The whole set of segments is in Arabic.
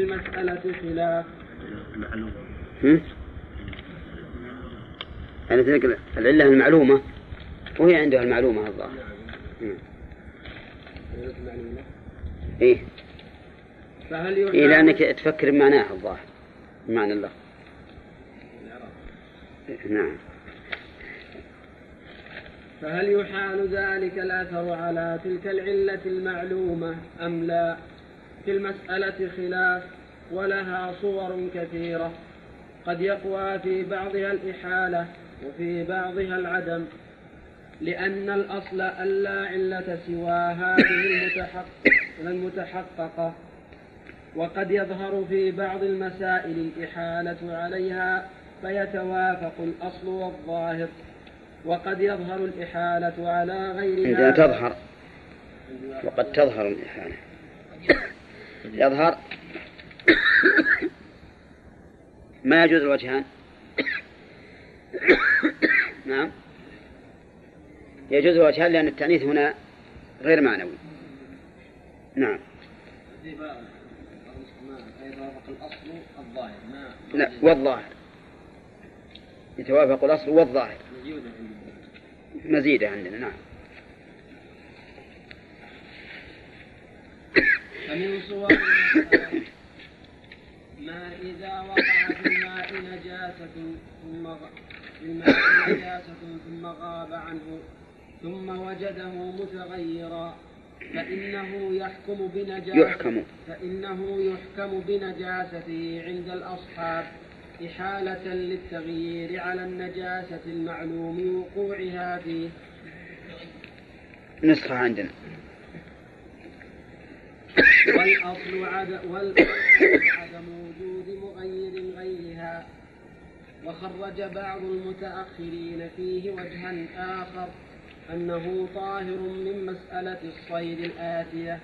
المسألة خلاف. يعني تلك العلة المعلومة وهي عندها المعلومة الظاهر. إيه لأنك تفكر بمعناها الظاهر بمعنى الله. نعم. فهل يحال ذلك الأثر على تلك العلة المعلومة أم لا؟ في المسألة خلاف ولها صور كثيرة، قد يقوى في بعضها الإحالة وفي بعضها العدم، لأن الأصل ألا علة سوى هذه المتحققة. وقد يظهر في بعض المسائل الإحالة عليها فيتوافق الأصل والظاهر، وقد يظهر الإحالة على غيرها. عندما تظهر وقد تظهر الإحالة يظهر ما يجوز الوجهان. نعم يجوز الوجهان لأن التأنيث هنا غير معنوي. نعم. لا والظاهر يتوافق الأصل والظاهر مزيدة عندنا. نعم. فمن صور المسألة ما إذا وقع في الماء نجاسة ثم غاب عنه ثم وجده متغيرا فإنه يحكم بنجاسته عند الأصحاب إحالة للتغيير على النجاسة المعلوم وقوعها فيه. نسخة عندنا. والأصل عدم وجود مغير غيرها. وخرج بعض المتأخرين فيه وجها آخر أنه طاهر من مسألة الصيد الآتية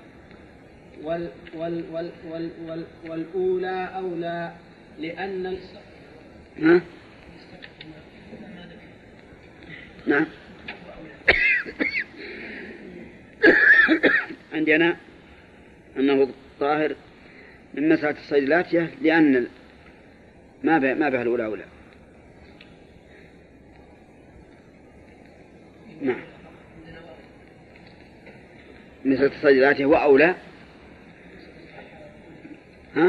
والأولى أولى لأن نعم. عندنا أنه طاهر من مسألة الصيد الآتية لأن ما بها الأولى أولى. نعم. مسألة الصيد الآتية هو أولى. ها؟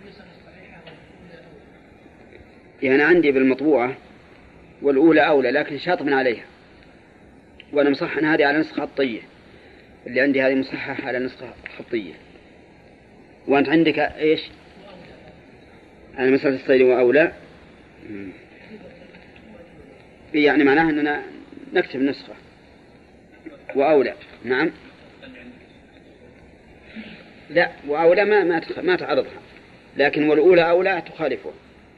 يعني عندي بالمطبوعة والأولى أولى لكن شاطب عليها، وأنا مصحن هذه على نسخة خطية، اللي عندي هذه مصححة على نسخة خطية، وأنت عندك إيش؟ على مسألة الصيد وأولى. يعني معناها أننا نكتب نسخة وأولى. نعم. لا وأولى ما تعرضها، لكن والأولى أولى تخالفها.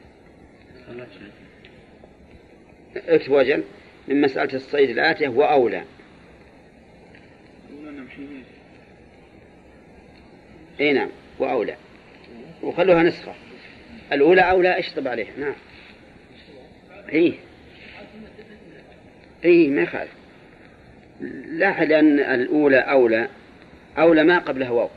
اكتب وجل من مسألة الصيد الآتية وأولى. اي نعم وأولى، وخلوها نسخة. الأولى أولى اشطب عليها. نعم. اي ما يخالف. لا لأن الأولى أولى ما قبلها واو،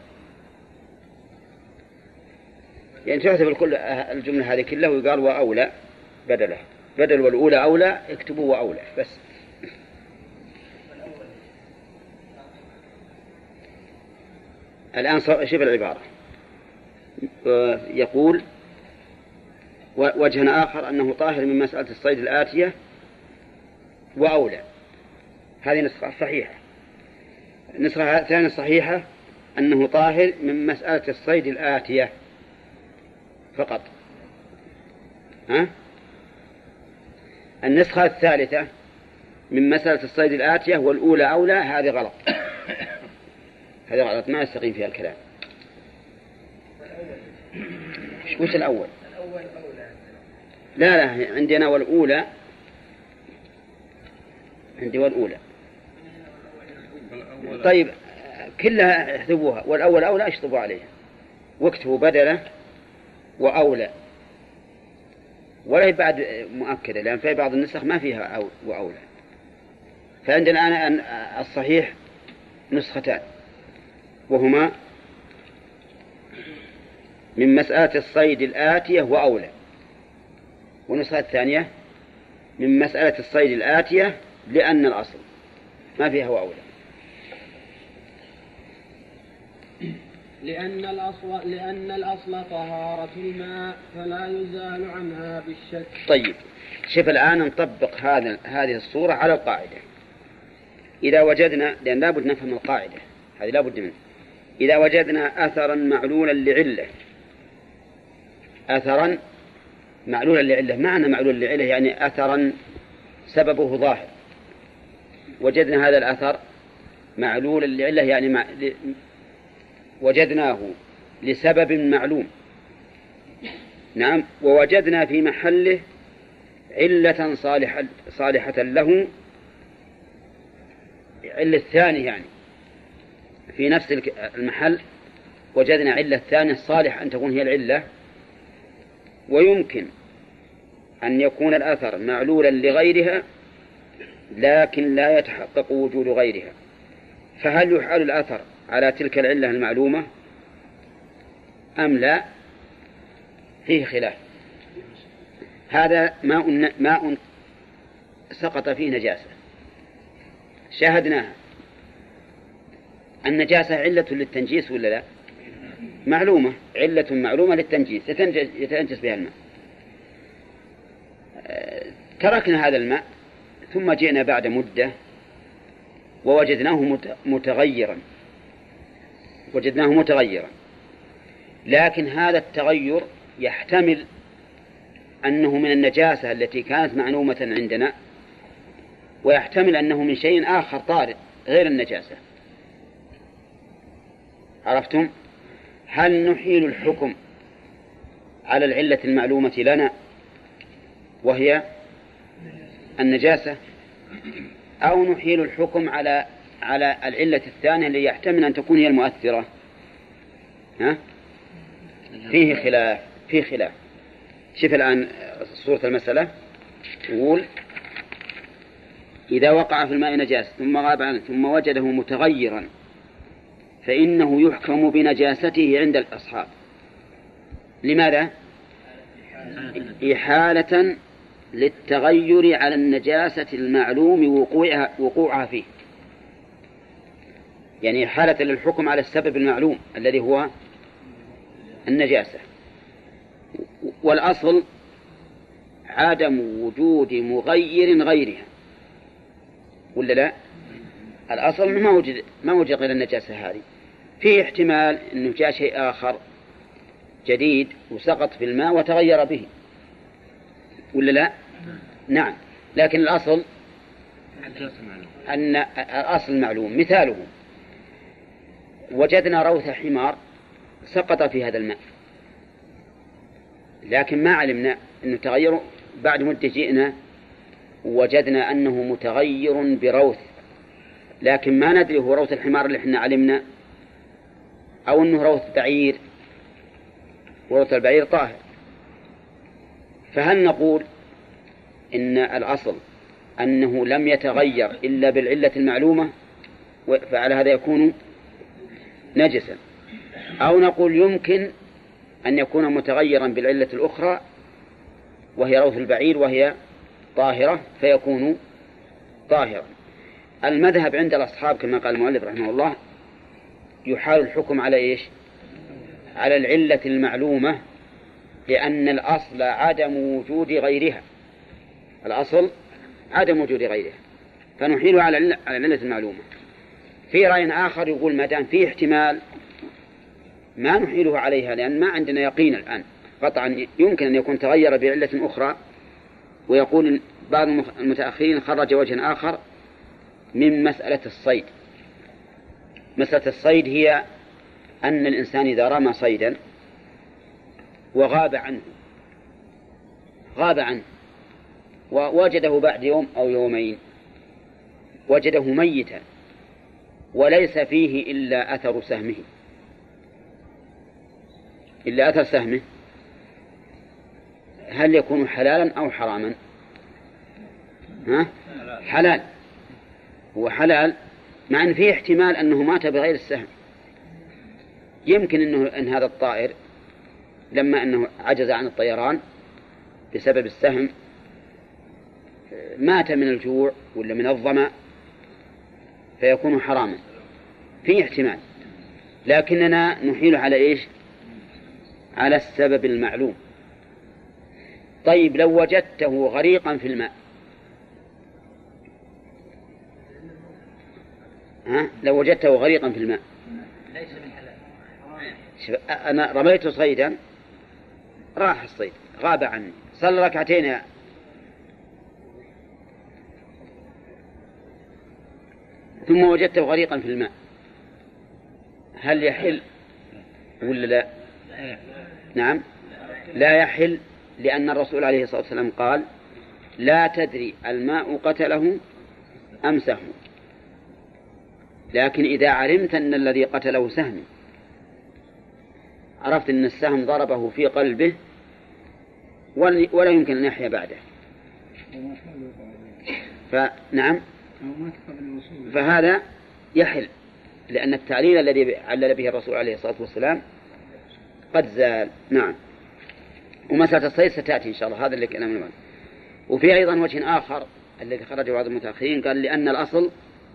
يعني تعتبر كل الجملة هذه كلها ويقال وأولى بدلها، بدل والأولى أولى اكتبوا وأولى بس. الآن شوف العبارة. يقول وجه آخر أنه طاهر من مسألة الصيد الآتية وأولى. هذه نسخة صحيحة. النسخة الثانية صحيحة أنه طاهر من مسألة الصيد الآتية فقط. النسخة الثالثة من مسألة الصيد الآتية والأولى أولى. هذه غلط. هذا غلط ما يستقيم فيها الكلام. وش الأول؟ لا عندنا والأولى. عندي والأولى. طيب كلها احذبوها، والأول أولى اشطبوا عليها واكتبوا بدله وأولى، ولا بعد مؤكدة لأن في بعض النسخ ما فيها وأولى. فعندنا أنا الصحيح نسختان وهما من مسألة الصيد الآتية وأولى. والنسخة الثانية من مسألة الصيد الآتية لأن الأصل ما فيها وأولى. لأن الأصل طهارة الماء فلا يزال عنها بالشك. طيب، شوف الآن نطبق هذه الصورة على القاعدة. إذا وجدنا، لأن لابد نفهم القاعدة هذه لابد منه، إذا وجدنا أثرا معلولا لعلة، أثرا معلولا لعلة، معنى معلول لعلة يعني أثرا سببه ظاهر. وجدنا هذا الأثر معلولا لعلة يعني وجدناه لسبب معلوم. نعم. ووجدنا في محله علة صالحة له، علة الثاني يعني في نفس المحل وجدنا علة ثانية صالح أن تكون هي العلة. ويمكن أن يكون الأثر معلولا لغيرها لكن لا يتحقق وجود غيرها، فهل يحال الأثر على تلك العلة المعلومة أم لا؟ فيه خلاف. هذا ماء سقط فيه نجاسة، شاهدناها. النجاسة علة للتنجيس ولا لا؟ معلومة، علة معلومة للتنجيس، يتنجس بها الماء. تركنا هذا الماء ثم جئنا بعد مدة ووجدناه متغيرا، لكن هذا التغير يحتمل أنه من النجاسة التي كانت معلومة عندنا، ويحتمل أنه من شيء آخر طارئ غير النجاسة. عرفتم؟ هل نحيل الحكم على العلة المعلومة لنا وهي النجاسة، أو نحيل الحكم على العلة الثانية اللي يحتمل أن تكون هي المؤثرة؟ فيه خلاف. شوف الآن صورة المسألة. يقول إذا وقع في الماء نجاسة ثم غاب عنه ثم وجده متغيرا فإنه يحكم بنجاسته عند الأصحاب. لماذا؟ إحالة للتغير على النجاسة المعلوم وقوعها فيه، يعني إحالة للحكم على السبب المعلوم الذي هو النجاسة. والأصل عدم وجود مغير غيرها ولا لا؟ الأصل ما وجد غير النجاسة هذه. فيه احتمال أنه جاء شيء آخر جديد وسقط في الماء وتغير به ولا لا؟ نعم. لكن الأصل أن الأصل معلوم. مثاله وجدنا روث حمار سقط في هذا الماء، لكن ما علمنا أنه تغير. بعد مدة جئنا وجدنا أنه متغير بروث، لكن ما ندري هو روث الحمار اللي احنا علمنا أو أنه روث بعير، وروث البعير طاهر. فهل نقول إن الأصل أنه لم يتغير إلا بالعلة المعلومة فعلى هذا يكون نجسا، أو نقول يمكن أن يكون متغيرا بالعلة الأخرى وهي روث البعير وهي طاهرة فيكون طاهرا؟ المذهب عند الأصحاب كما قال المؤلف رحمه الله يحال الحكم على إيش؟ على العلة المعلومة، لأن الأصل عدم وجود غيرها. الأصل عدم وجود غيرها فنحيله على العلة المعلومة. في رأي آخر يقول ما دام فيه احتمال ما نحيله عليها، لأن ما عندنا يقين الآن قطعا، يمكن أن يكون تغير بعلة أخرى. ويقول بعض المتأخرين خرج وجه آخر من مسألة الصيد. مسألة الصيد هي أن الإنسان إذا رمى صيدا وغاب عنه ووجده بعد يوم أو يومين وجده ميتا وليس فيه إلا أثر سهمه، هل يكون حلالا أو حراما؟ حلال. هو حلال مع أن فيه احتمال أنه مات بغير السهم. يمكن أن هذا الطائر لما أنه عجز عن الطيران بسبب السهم مات من الجوع ولا من الظمأ فيكون حراما، فيه احتمال، لكننا نحيل على إيش؟ على السبب المعلوم. طيب لو وجدته غريقا في الماء، لو وجدته غريقا في الماء ليس من حلال. أنا رميت صيدا راح الصيد غاب عني، صلى ركعتين ثم وجدته غريقا في الماء، هل يحل ولا لا؟ نعم لا يحل، لأن الرسول عليه الصلاة والسلام قال لا تدري الماء قتله أم سهم، لكن إذا علمت أن الذي قتله سهم، عرفت أن السهم ضربه في قلبه ولا يمكن أن يحيا بعده، فنعم فهذا يحل، لأن التعليل الذي علل به الرسول عليه الصلاة والسلام قد زال. نعم. ومسألة الصيد ستأتي إن شاء الله، هذا اللي كلام الوان. وفي أيضا وجه آخر الذي خرجه بعض المتأخرين، قال لأن الأصل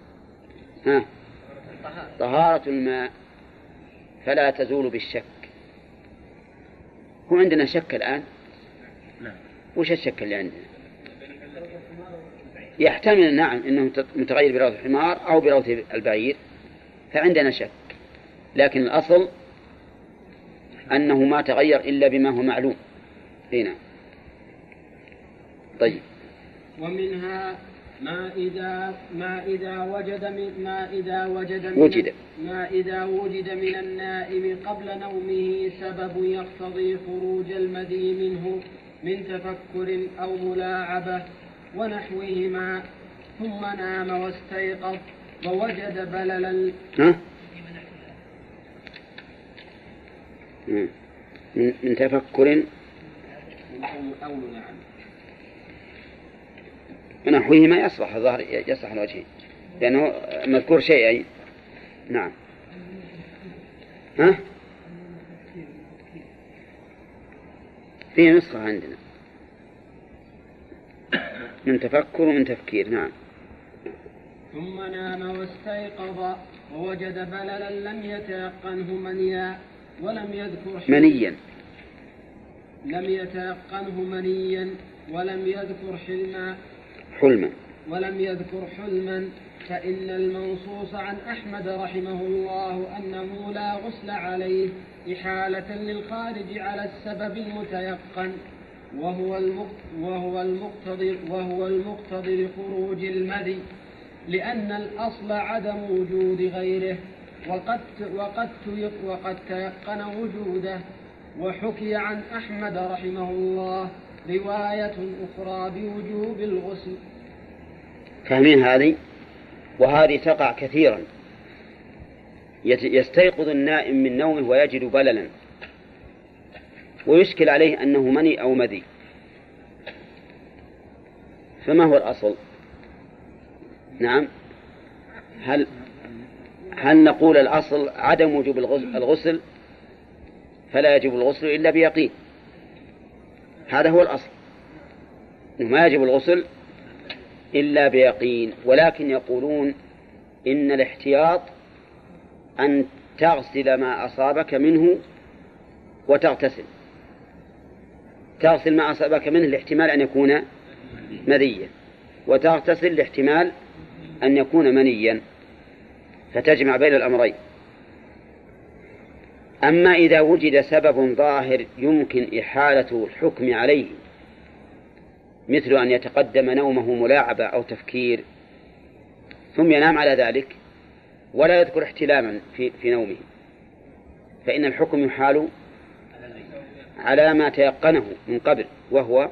طهارة الماء فلا تزول بالشك. هو عندنا شك الآن؟ وش الشك اللي عندنا؟ يحتمل نعم أنه متغير بروث الحمار أو بروث البعير، فعندنا شك، لكن الأصل أنه ما تغير إلا بما هو معلوم. هنا طيب. ومنها ما إذا وجد من النائم قبل نومه سبب يقتضي خروج المذي منه من تفكر أو ملاعبة ونحوهما، ثم نام واستيقظ ووجد بللا من تفكر أو نعم ونحوهما يصلح الظهر يصلح الوجه، لأنه مذكور شيئين. نعم. فيه نسخة عندنا من تفكر ومن تفكير. نعم. ثم نام واستيقظ ووجد بللا لم يتيقنه منيا ولم يذكر منيا ولم يذكر حلما، فإن المنصوص عن أحمد رحمه الله أنه لا غسل عليه إحالة للخارج على السبب المتيقن، وهو المقتضي لخروج المذي، لأن الأصل عدم وجود غيره وقد تيقن وجوده. وحكي عن أحمد رحمه الله رواية أخرى بوجوب الغسل. فاهمين هذه؟ وهذه تقع كثيرا، يستيقظ النائم من نومه ويجد بللا ويشكل عليه أنه مني أو مذي، فما هو الأصل؟ نعم. هل نقول الأصل عدم وجوب الغسل فلا يجب الغسل إلا بيقين؟ هذا هو الأصل، إنه ما يجب الغسل إلا بيقين، ولكن يقولون إن الاحتياط أن تغسل ما أصابك منه وتغتسل. تغسل ما أصابك منه لاحتمال أن يكون مذيا، وتغتسل لاحتمال أن يكون منيا، فتجمع بين الأمرين. أما إذا وجد سبب ظاهر يمكن إحالة الحكم عليه، مثل أن يتقدم نومه ملاعبة أو تفكير ثم ينام على ذلك ولا يذكر احتلاما في نومه، فإن الحكم يحال على ما تيقنه من قبل، وهو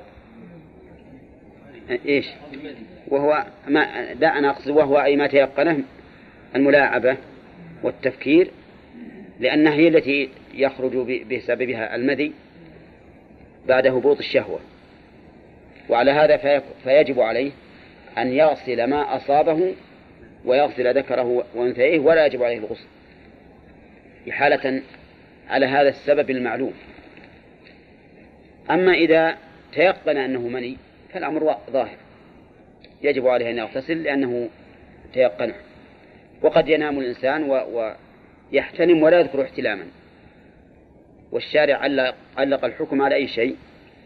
إيش؟ وهو ما أنا أقصد وهو أي ما تيقنه الملاعبة والتفكير، لأنها هي التي يخرج بسببها المذي بعد هبوط الشهوة. وعلى هذا فيجب عليه أن يغسل ما أصابه ويغسل ذكره وأنثيه، ولا يجب عليه الغسل إحالة على هذا السبب المعلوم. أما إذا تيقن أنه مني فالأمر ظاهر، يجب عليه أن يغتسل لأنه تيقنه. وقد ينام الإنسان ويحتلم ولا يذكر احتلاما، والشارع علق الحكم على أي شيء؟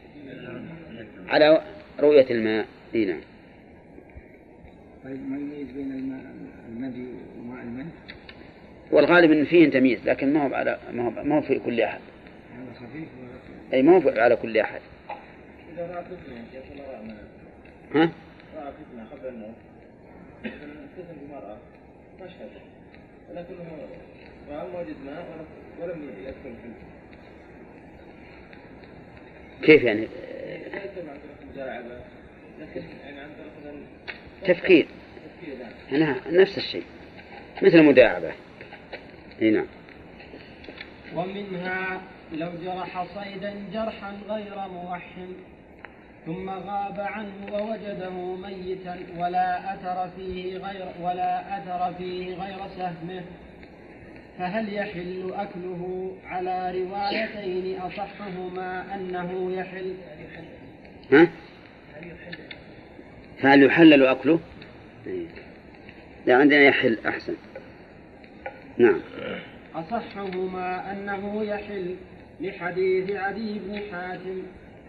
على رؤية الماء. نعم. طيب ما يميز بين الماء المدي وماء المن؟ والغالب أن فيه تمييز، لكن ما هو في كل أحد. هذا خفيف أي ما هو على كل أحد. إذا رأى فتنة ها؟ رأى فتنة قبل الموت فتنة بمرأة مشهد، ولكنه ما وجد ماء ولم يدخل فيه. كيف يعني؟ تفكير. أنا نفس الشيء مثل مداعبة. هنا. ومنها لو جرح صيدا جرحا غير موحم ثم غاب عنه ووجده ميتا ولا أثر فيه غير سهمه، فهل يحل أكله؟ على روايتين أصحهما أنه يحل. ها؟ فهل يحلل أكله؟ لا، عندنا يحل أحسن. نعم. أصحهما أنه يحل لحديث عدي بن حاتم،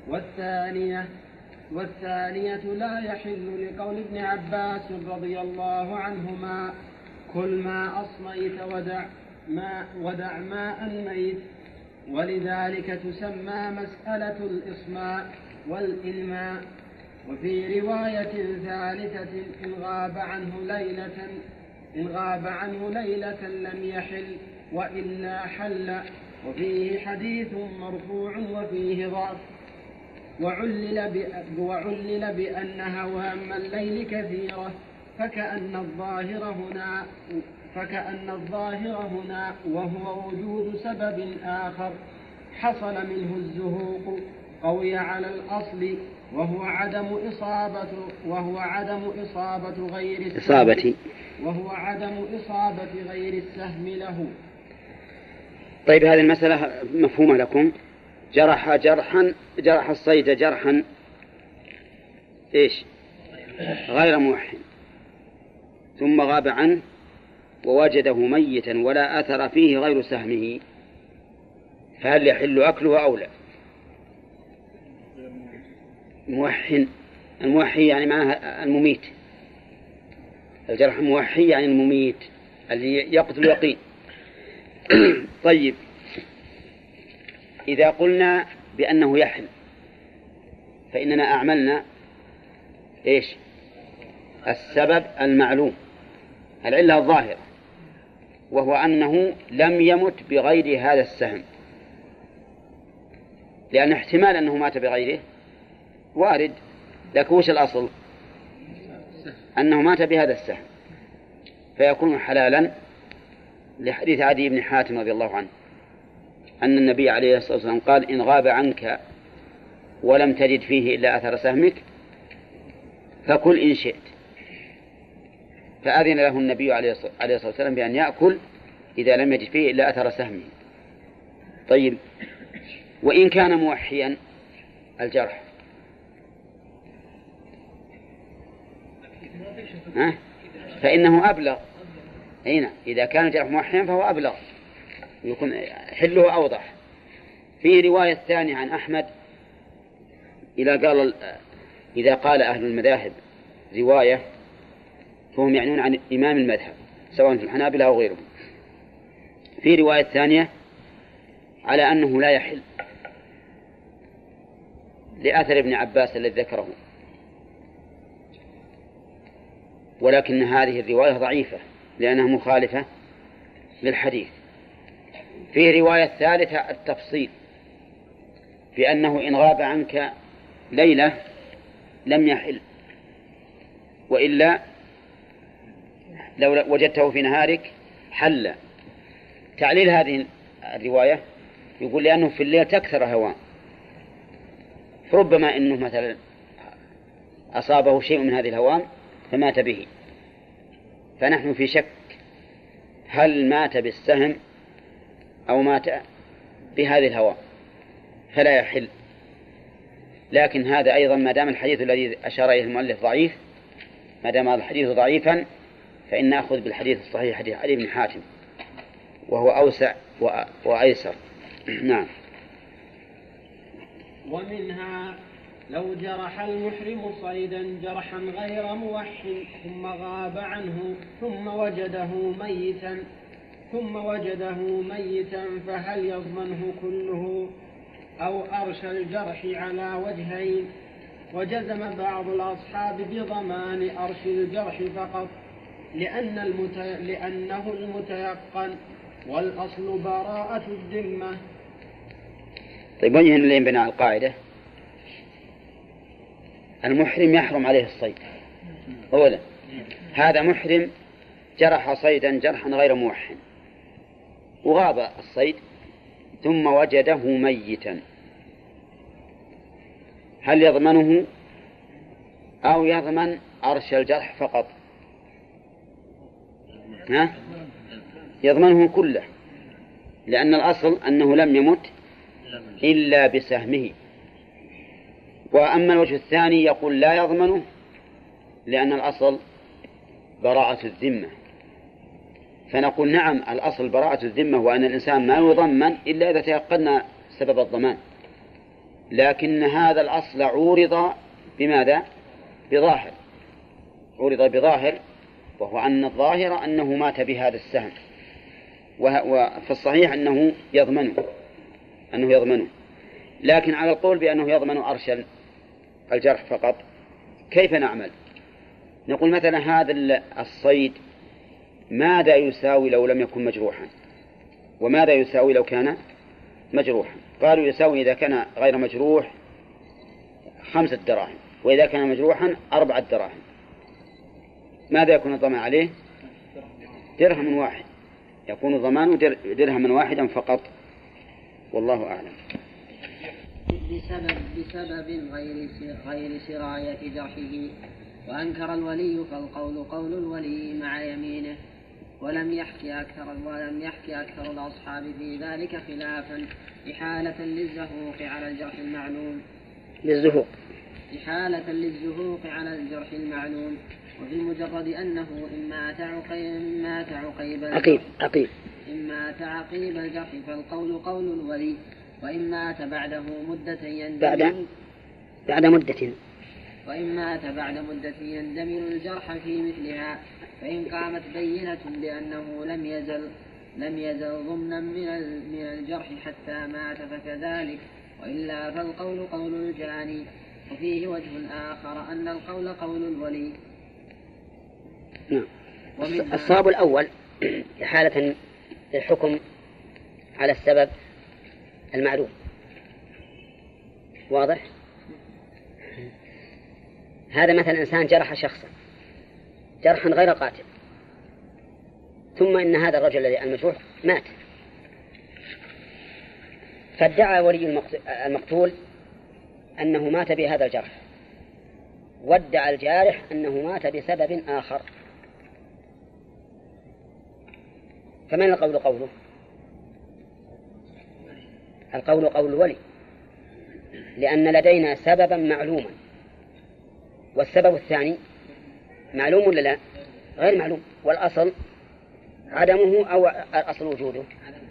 والثانية لا يحل لقول ابن عباس رضي الله عنهما: كل ما أصميت ودع ماء ميت. ولذلك تسمى مسألة الإصماء والإلماء. وفي رواية ثالثة: إن غاب عنه ليلة لم يحل وإلا حل. وفيه حديث مرفوع وفيه ضعف، وعلل بأن هوام الليل كثيرة، فكأن الظاهر هنا وهو وجود سبب آخر حصل منه الزهوق قوي على الأصل، وهو عدم إصابة غير السهم له. طيب، هذه المسألة مفهومة لكم؟ جرح الصيد جرحا إيش؟ غير موحد، ثم غاب عنه ووجده ميتا ولا أثر فيه غير سهمه، فهل يحل أكله أو لا؟ الموحي يعني معناها المميت. الجرح الموحي يعني المميت الذي يقتل يقين. طيب، إذا قلنا بأنه يحل فإننا أعملنا إيش؟ السبب المعلوم، العلة الظاهرة، وهو أنه لم يمت بغير هذا السهم، لأن احتمال أنه مات بغيره وارد، لكن وش الأصل؟ أنه مات بهذا السهم، فيكون حلالا لحديث عدي بن حاتم رضي الله عنه أن النبي عليه الصلاة والسلام قال: إن غاب عنك ولم تجد فيه إلا أثر سهمك فكل إن شئت. فأذن له النبي عليه الصلاة والسلام بأن يأكل إذا لم يجد فيه إلا أثر سهمه. طيب، وإن كان موحيا الجرح فإنه أبلغ. هنا إذا كان الجرح موحيا فهو أبلغ، يكون حله أوضح. في رواية ثانية عن أحمد إذا قال أهل المذاهب رواية فهم يعنون عن إمام المذهب سواء في الحنابلة أو غيرهم. في رواية ثانية على أنه لا يحل لأثر ابن عباس الذي ذكره، ولكن هذه الرواية ضعيفة لأنها مخالفة للحديث. في رواية ثالثة التفصيل بأنه إن غاب عنك ليلة لم يحل، وإلا لو وجدته في نهارك حل. تعليل هذه الرواية يقول لأنه في الليل تكثر هوام، فربما أنه مثلا أصابه شيء من هذه الهوام فمات به، فنحن في شك هل مات بالسهم أو مات بهذه الهوام، فلا يحل لكن هذا أيضا ما دام الحديث الذي أشار إليه المؤلف ضعيف، ما دام الحديث ضعيفا فإن نأخذ بالحديث الصحيح حديث علي بن حاتم وهو أوسع وأيسر. نعم. ومنها لو جرح المحرم صيدا جرحا غير موح ثم غاب عنه ثم وجده ميتا فهل يضمنه كله أو أرشى الجرح على وجهين؟ وجزم بعض الأصحاب بضمان أرش الجرح فقط لأنه المتيقن والأصل براءة الذمة. طيب وجه اللي بناء القاعدة المحرم يحرم عليه الصيد أولا، هذا محرم جرح صيدا جرحا غير موح وغاب الصيد ثم وجده ميتا، هل يضمنه أو يضمن أرش الجرح فقط؟ يضمنه كله، لأن الأصل أنه لم يمت إلا بسهمه. وأما الوجه الثاني يقول لا يضمنه لأن الأصل براءة الذمة، فنقول نعم الأصل براءة الذمة وأن الإنسان ما يضمن إلا إذا تيقنا سبب الضمان، لكن هذا الأصل عورض بماذا؟ بظاهر، عورض بظاهر، وهو أن الظاهر أنه مات بهذا السهم، وفي الصحيح أنه يضمنه. لكن على القول بأنه يضمن أرش الجرح فقط كيف نعمل؟ نقول مثلا هذا الصيد ماذا يساوي لو لم يكن مجروحا، وماذا يساوي لو كان مجروحا؟ قالوا يساوي إذا كان غير مجروح 5 دراهم، وإذا كان مجروحا 4 دراهم. ماذا يكون الضمان عليه؟ درهم واحد، يكون الضمان درهما واحدا فقط، والله أعلم. بسبب غير سراية جرحه. وأنكر الولي فالقول قول الولي مع يمينه، ولم يحكي أكثر الأصحاب في ذلك خلافا إحالة للزهوق على الجرح المعلوم. إحالة للزهوق على الجرح المعلوم، وفي مجرد أنه إما تعقيب الجرح فالقول قول الولي، وإن مات بعده مدة يندمر الجرح في مثلها، فإن قامت بينة بأنه لم يزل ضمنا من الجرح حتى مات فكذلك، وإلا فالقول قول الجاني. وفيه وجه آخر أن القول قول الولي. الصواب الأول حالة الحكم على السبب المعلوم، واضح؟ هذا مثلا إنسان جرح شخصا جرحا غير قاتل، ثم إن هذا الرجل المجروح مات، فادعى ولي المقتول أنه مات بهذا الجرح، وادعى الجارح أنه مات بسبب آخر، فمن القول قوله؟ القول قول الولي، لأن لدينا سببا معلوما، والسبب الثاني معلوم ولا لا؟ غير معلوم، والأصل عدمه أو الأصل وجوده؟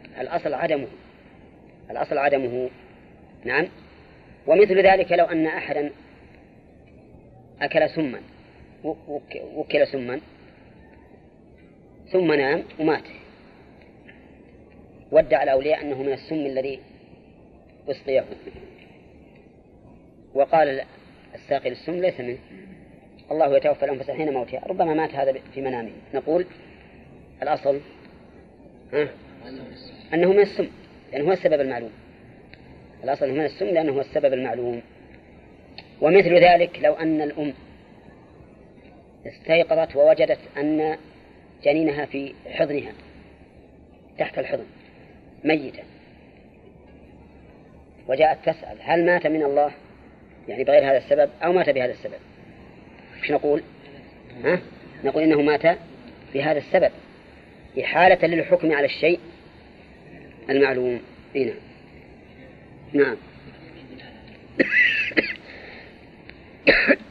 الأصل عدمه. نعم. ومثل ذلك لو أن أحدا أكل سما وكل سما ثم نام ومات، وادعى الأولياء أنه من السم الذي أسقيه، وقال الساقي للسم ليس منه، الله يتوفى الأنفس حين موتها، ربما مات هذا في منامه. نقول الأصل أنه من السم لأنه هو السبب المعلوم، الأصل أنه من السم لأنه هو السبب المعلوم. ومثل ذلك لو أن الأم استيقظت ووجدت أن جنينها في حضنها تحت الحضن ميتا، وجاءت تسأل هل مات من الله يعني بغير هذا السبب أو مات بهذا السبب؟ إيش نقول؟ نقول إنه مات بهذا السبب إحالة للحكم على الشيء المعلوم. نعم.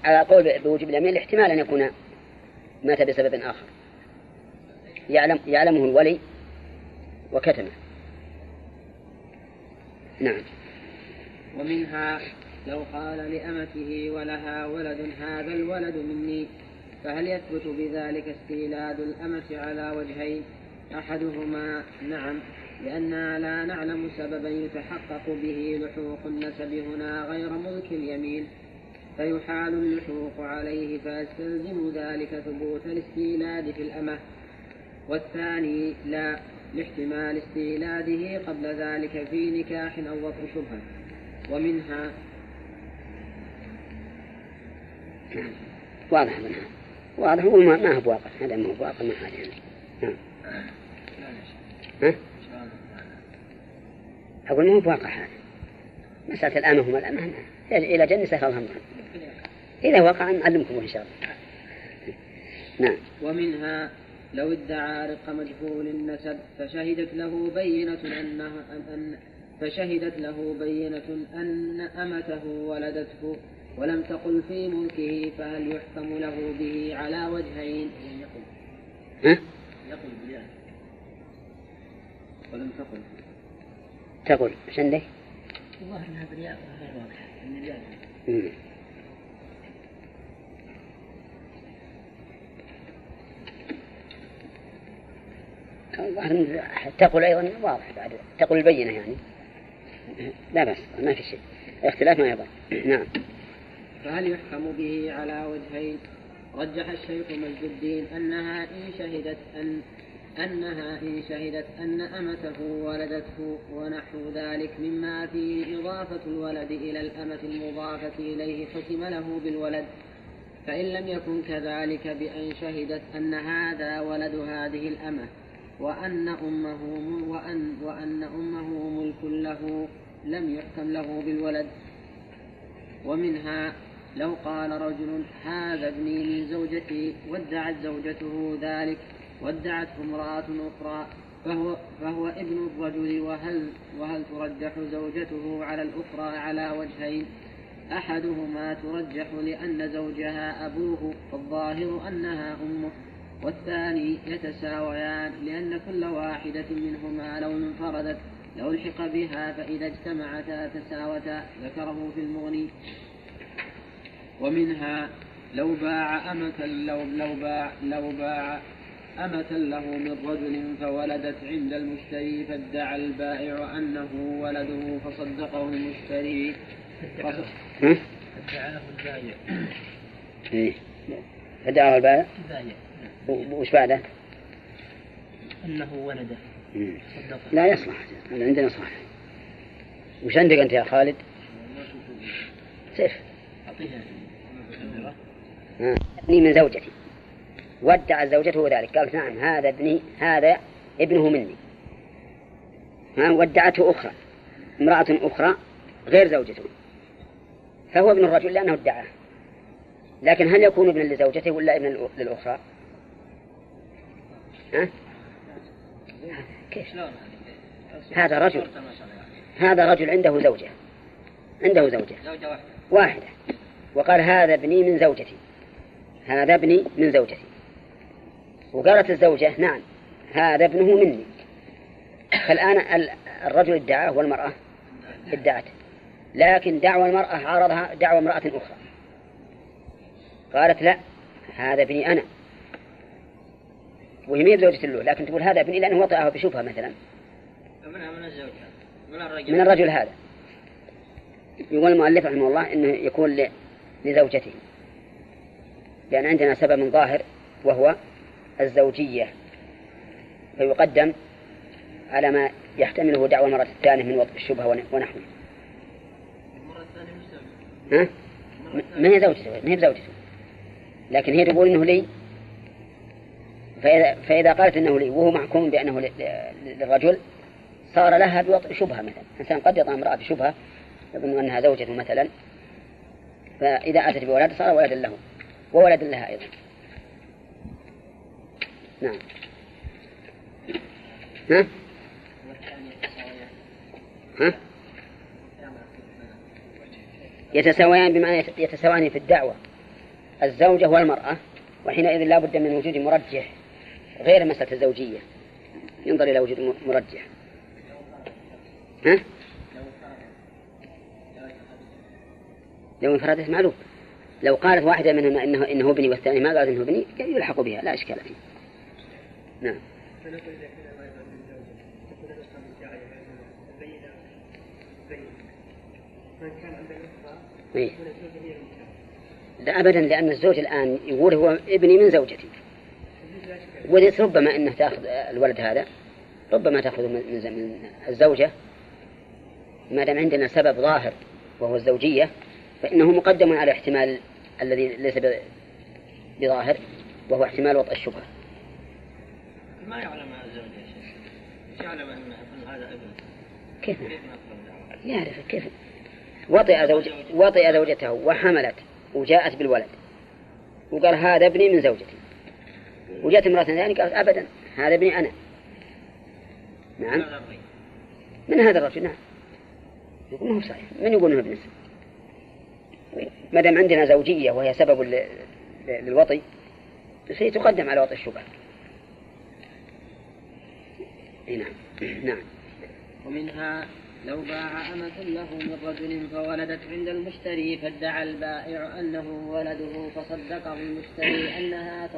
على قول بوجوب اليمين الاحتمال أن يكون مات بسبب آخر يعلمه الولي وكتمه. نعم. ومنها لو قال لأمته ولها ولد هذا الولد مني، فهل يثبت بذلك استيلاد الأمة على وجهين؟ أحدهما نعم، لأننا لا نعلم سببا يتحقق به لحوق النسب هنا غير ملك اليمين، فيحال اللحوق عليه فيستلزم ذلك ثبوت الاستيلاد في الأمة. والثاني لا، لاحتمال استيلاده قبل ذلك في نكاح أو وطء شبهة. ومنها واضح منها واضح، هو ما هو بواقع، هذا ما هو بواقع ما حاجة يعني. ها؟ أقول ما هو بواقع هذا، مسألة الأمة هم الأمة إلى جنة سهلها الله، إذا وقع نعلمكم إن شاء الله. نعم. ومنها لو ادعى رق مجهول النسب فشهدت له بينة أن أمته ولدته ولم تقل في ملكه، فهل يحكم له به على وجهين؟ يقول بليان ولم تقول إيش عندك؟ والله إنها برياء غير واضحة من الياء. تقول أيضا واضح بعد تقول البينة يعني لا بس ما في شيء، اختلاف ما يضر. نعم. فهل يحكم به على وجهين؟ رجح الشيخ مجد الدين أنها إن شهدت أن أمته ولدته ونحو ذلك مما فيه إضافة الولد إلى الأمة المضافة إليه حكم له بالولد. فإن لم يكن كذلك بأن شهدت أن هذا ولد هذه الأمة وأن أمه ملك له لم يحكم له بالولد. ومنها لو قال رجل هذا ابني من زوجتي وادعت زوجته ذلك وادعته امرأة أخرى فهو ابن الرجل، وهل ترجح زوجته على الأخرى على وجهين؟ أحدهما ترجح لأن زوجها أبوه فالظاهر أنها أمه، والثاني يتساويان لأن كل واحدة منهما لو انفردت لو الحق بها فإذا اجتمعتا تساوتا، ذكره في المغني. ومنها لو باع أمة له من رجل فولدت عند المشتري فادعى البائع أنه ولده فصدقه المشتري فادعاه البائع وش بعده؟ أنه ولده لا يصلح، عندنا يصلح. وش عندك أنت يا خالد؟ سيف ابني من زوجتي وادعى زوجته ذلك، قالت نعم هذا ابني هذا ابنه مني، وادعته أخرى امرأة أخرى غير زوجته فهو ابن الرجل لأنه ادعاه، لكن هل يكون ابنا لزوجته ولا ابنا للأخرى؟ كيف؟ هذا رجل عنده زوجة واحدة وقال هذا ابني من زوجتي هذا ابني من زوجتي، وقالت الزوجة نعم هذا ابنه مني، فالآن الرجل ادعاه والمرأة ادعت، لكن دعوى المرأة عارضها دعوى امرأة أخرى، قالت لا هذا ابني أنا وهي مية بزوجة له، لكن تقول هذا ابني لأنه وطئه بشوفها مثلا من الرجل هذا. يقول المؤلف رحمه الله إنه يكون لزوجته، لأن عندنا سبب ظاهر وهو الزوجية، فيقدم على ما يحتمله دعوى المرأة الثانية من وطء الشبهة ونحوه. ما هي زوجته لكن هي تقول إنه لي، فإذا قالت إنه لي وهو محكوم بأنه للرجل صار لها بوطء شبهة. مثلا إنسان قد يطأ امرأة بشبهة يظن أنها زوجته مثلا، فإذا أتت بولد صار ولدا له وولد لها أيضا. نعم. يتساويان بمعنى يتساويان في الدعوة الزوجة والمرأة، وحينئذ لا بد من وجود مرجح غير مسألة الزوجية، ينظر إلى وجود مرجح. ها؟ لو انفردت معلوم. لو قالت واحدة منهما إنه ابني والثاني ما قالت إنه ابني يلحق بها لا إشكال فيه. نعم. إيه؟ لا أبدا، لأن الزوج الآن يقول هو ابني من زوجتي، وليس ربما أنه تأخذ الولد هذا، ربما تأخذ من الزوجة، ما دام عندنا سبب ظاهر وهو الزوجية فإنه مقدم على احتمال الذي ليس بظاهر وهو احتمال وطأ الشبهة. ما يعلم الزوج يا شيخ، يعلم أن هذا ابن. كيف يعرف؟ كيف وطئ زوجته وحملت وجاءت بالولد وقال هذا ابني من زوجتي، وجاءت امرأة ثانية قالت أبدا هذا ابني أنا. نعم من هذا الرجل. نعم يقول ما هو صحيح، من يقول انه ابن السن؟ ما دام عندنا زوجية وهي سبب للوطي سيتقدم على وطئ الشبهة. نعم. نعم. ومنها لو باع أمة له من رجل فولدت عند المشتري فادعى البائع أنه ولده فصدقه المشتري أنها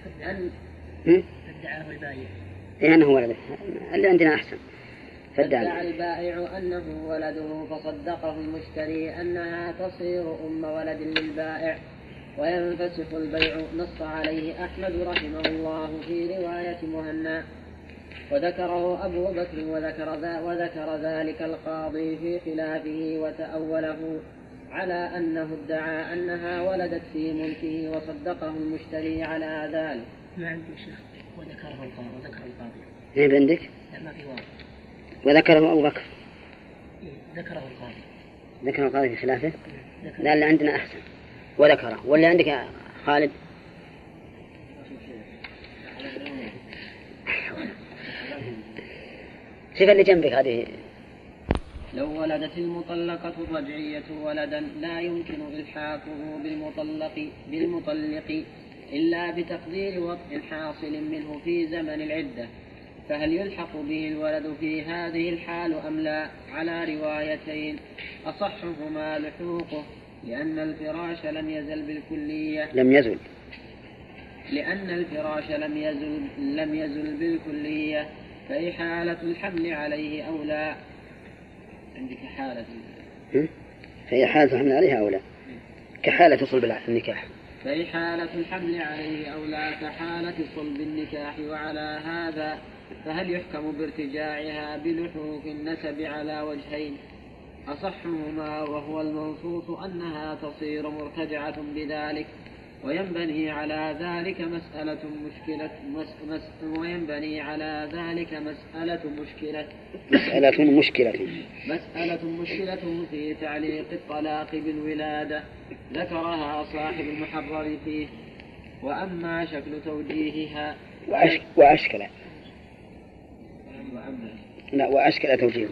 فادعاه البائع أنه ولده، اللي عندنا أحسن. فادعى البائع أنه ولده فصدقه المشتري أنها تصير أم ولد للبائع وينفسخ البيع. نص عليه أحمد رحمه الله في رواية مهنا، وذكره أبو بكر وذكر ذلك القاضي في خلافه وتأوله على أنه ادعى أنها ولدت في ملكه وصدقه المشتري على ذلك. ما عندي شيخ. وذكر القاضي. إيه عندك؟ ما في واضح. وذكره أبو بكر. ذكره القاضي في خلافه. لا اللي عندنا أحسن. وذكره واللي عندك يا خالد. شوف اللي جنبك هذه. لو ولدت المطلقة الرجعية ولدا لا يمكن إلحاقه بالمطلق إلا بتقدير وطء حاصل منه في زمن العدة، فهل يلحق به الولد في هذه الحال أم لا؟ على روايتين أصحهما لحوقه لأن الفراش لم يزل بالكلية فإحالة الحمل عليه أولى. عندك حالة فهي حالة الحمل عليها أولى كحالة صلب النكاح. فإحالة الحمل عليه أولى كحالة صلب النكاح. وعلى هذا فهل يحكم بارتجاعها بلحوق النسب على وجهين، أصحهما وهو المنصوص أنها تصير مرتجعة بذلك، وينبني على ذلك مسألة مشكلة في تعليق الطلاق بالولادة ذكرها صاحب المحرر فيه. وأما شكل توجيهها وأشكل توجيهه.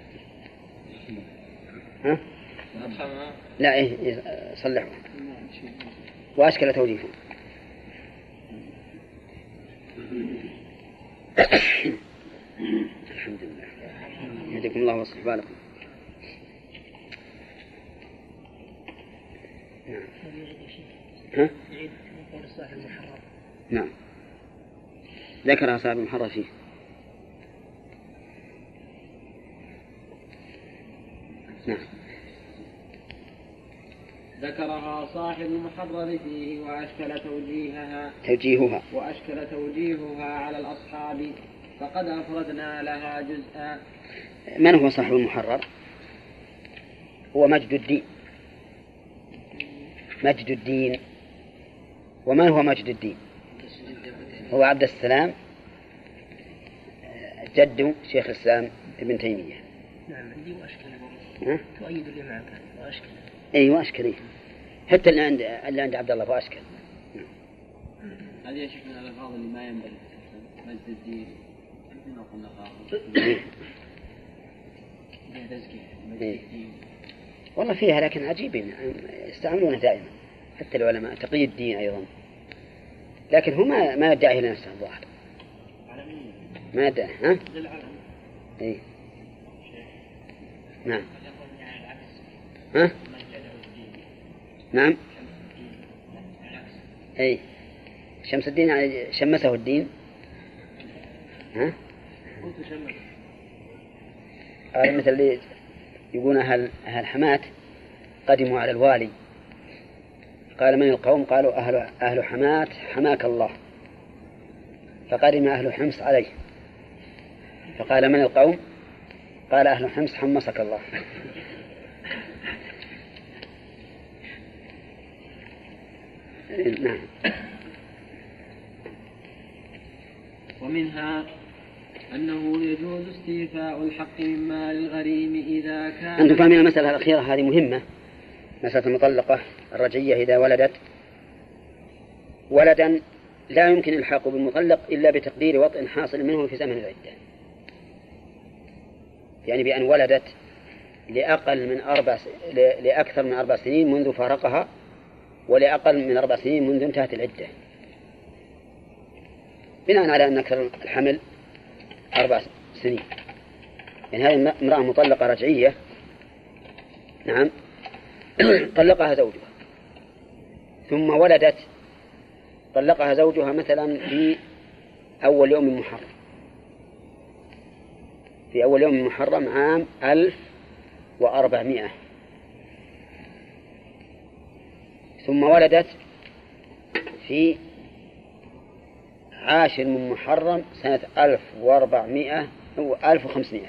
ها؟ لا إيه صلحه. وأشكل توجيهه. الحمد لله. يهديكم الله ويصلح بالكم. ها؟ نعم ذكرها صاحب المحرر فيه. نعم ذكرها صاحب المحرر فيه وأشكل توجيهها على الأصحاب، فقد أفردنا لها جزءا. من هو صاحب المحرر؟ هو مجد الدين. ومن هو مجد الدين؟ هو عبد السلام جد شيخ الإسلام ابن تيمية. نعم عندي وأشكل تؤيد اللي معك وأشكل. أي وأشكل حتى اللي عند عبد الله وأشكل. هذه يا شيخ من الألفاظ اللي ما ينبغي مجد الدين. والله فيها لكن عجيبين يستعملونها دائما. حتى العلماء تقي الدين أيضا، لكن هو ما يدعي لنفسه الظاهر، ما يدعي. ها؟ إيه؟ نعم. ها؟ نعم. أي شمس الدين يعني شمسه الدين. ها؟ مثل اللي يقولون أهل حماة قدموا على الوالي، قال من القوم؟ قالوا أهل حماة حماك الله، فقدم أهل حمص عليه، فقال من القوم؟ قال أهل حمص حمصك الله. نعم. ومنها أنه يجوز استيفاء الحق من مال الغريم إذا كان. أنتم فاهمين المسألة الأخيرة هذه مهمة، مسألة المطلقة الرجعية إذا ولدت ولدا لا يمكن الحاقه بالمطلق إلا بتقدير وطء حاصل منه في زمن العدة، يعني بأن ولدت لأكثر من 4 سنين منذ فارقها، ولأقل من 4 سنين منذ انتهت العدة، بناء على أن أكثر الحمل 4 سنين. يعني هذه امرأة مطلقة رجعية، نعم، طلقها زوجها ثم ولدت، طلقها زوجها مثلا في أول يوم من محرم، في أول يوم من محرم عام 1400، ثم ولدت في 10 من محرم سنة 1400 أو 1500.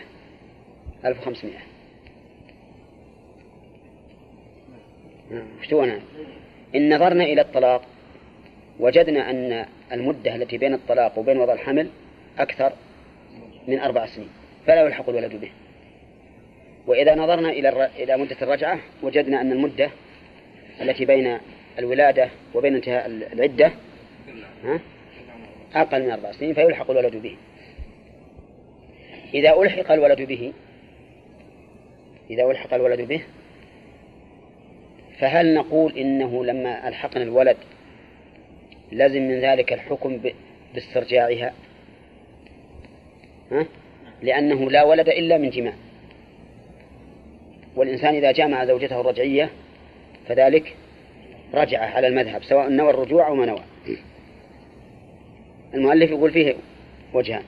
شتونا إن نظرنا إلى الطلاق وجدنا أن المدة التي بين الطلاق وبين وضع الحمل أكثر من 4 سنين، فلا يلحق الولد به. وإذا نظرنا إلى مدة الرجعة وجدنا أن المدة التي بين الولادة وبين انتهاء العدة أقل من 4 سنين، فيلحق الولد به. إذا ألحق الولد به فهل نقول إنه لما ألحقنا الولد لازم من ذلك الحكم باسترجاعها؟ لأنه لا ولد إلا من جماع، والإنسان إذا جامع زوجته الرجعية فذلك رجع على المذهب، سواء نوى الرجوع أو ما نوى. المؤلف يقول فيه وجهان،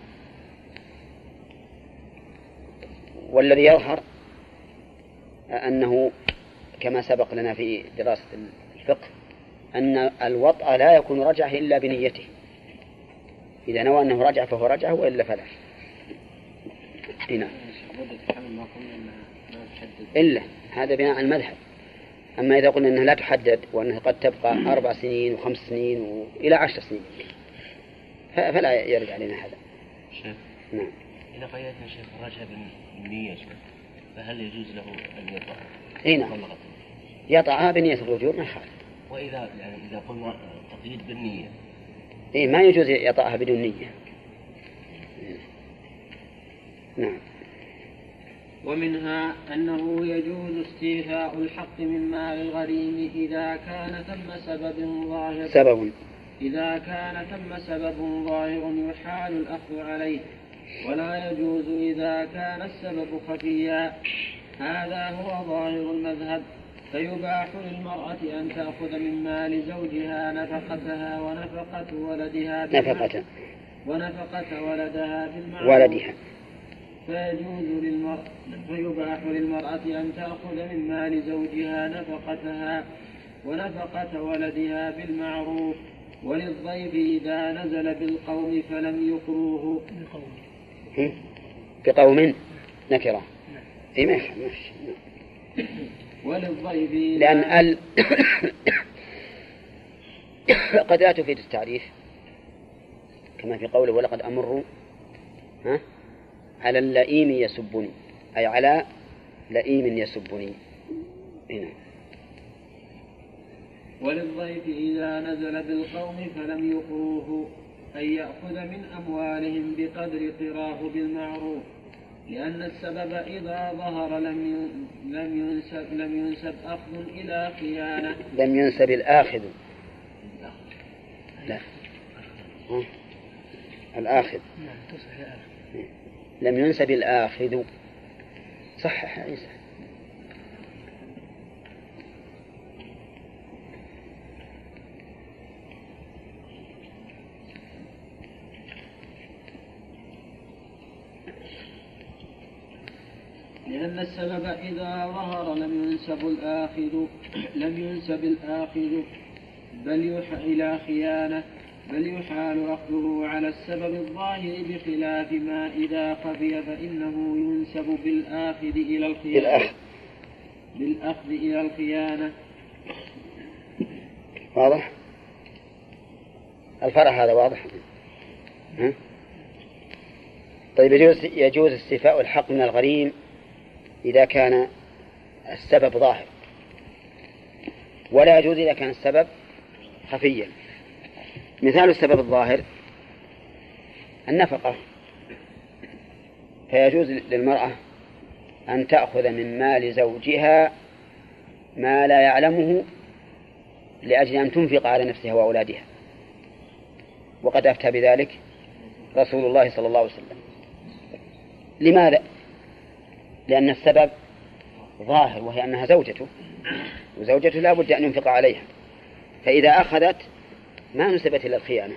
والذي يظهر أنه كما سبق لنا في دراسة الفقه أن الوطأ لا يكون رجعه إلا بنيته، إذا نوى أنه رجع فهو رجعه، وإلا فلا. هنا إلا هذا بناء على المذهب. أما إذا قلنا أنها لا تحدد وأنها قد تبقى 4 سنين و5 سنين وإلى 10 سنين فلا يرجع لنا هذا. شيخ. نعم. إذا قيدنا شيخ الرجع بالنية فهل يجوز له أن يطأ؟ نعم، يطأها بنية الرجوع ما يخالف. وإذا إذا قلنا تقييد بالنية ما يجوز يطأها بدون نية. نعم. ومنها أنه يجوز استيفاء الحق من مال الغريم إذا كان ثم سبب ظاهر يحال الأخذ عليه، ولا يجوز إذا كان السبب خفيا. هذا هو ظاهر المذهب، فيباح للمرأة أن تأخذ من مال زوجها نفقتها ونفقة ولدها بالمعروف، فيباح للمرأة أن تأخذ من مال زوجها نفقتها ونفقة ولدها بالمعروف، وللضيف إذا نزل بالقوم فلم يقروه. بقوم نكرة وللضيف لأن قد لا تفيد التعريف، كما في قوله ولقد أمر على اللئيم يسبني، أي على لئيم يسبني. هنا وللضيف إذا نزل بالقوم فلم يقروه، أن يأخذ من أموالهم بقدر قراه بالمعروف، لأن السبب إذا ظهر لم ينسب أخذ إلى خيانة. لم ينسب الآخذ. لا. الآخذ. لم ينسب الآخذ. صحح يا عيسى. لأن السبب إذا ظهر لم ينسب الآخذ بل إلى خيانة، بل يحال أخذه على السبب الظاهر، بخلاف ما إذا خفي فإنه ينسب بالآخذ إلى الخيانة. بالأخذ إلى الخيانة. واضح؟ الفرع هذا واضح؟ طيب يجوز استيفاء الحق من الغريم إذا كان السبب ظاهر، ولا يجوز إذا كان السبب خفيا. مثال السبب الظاهر النفقة، فيجوز للمرأة أن تأخذ من مال زوجها ما لا يعلمه لأجل أن تنفق على نفسها وأولادها، وقد أفتى بذلك رسول الله صلى الله عليه وسلم. لماذا؟ لأن السبب ظاهر، وهي أنها زوجته، وزوجته لا بد أن ينفق عليها، فإذا أخذت ما نسبت إلى الخيانة.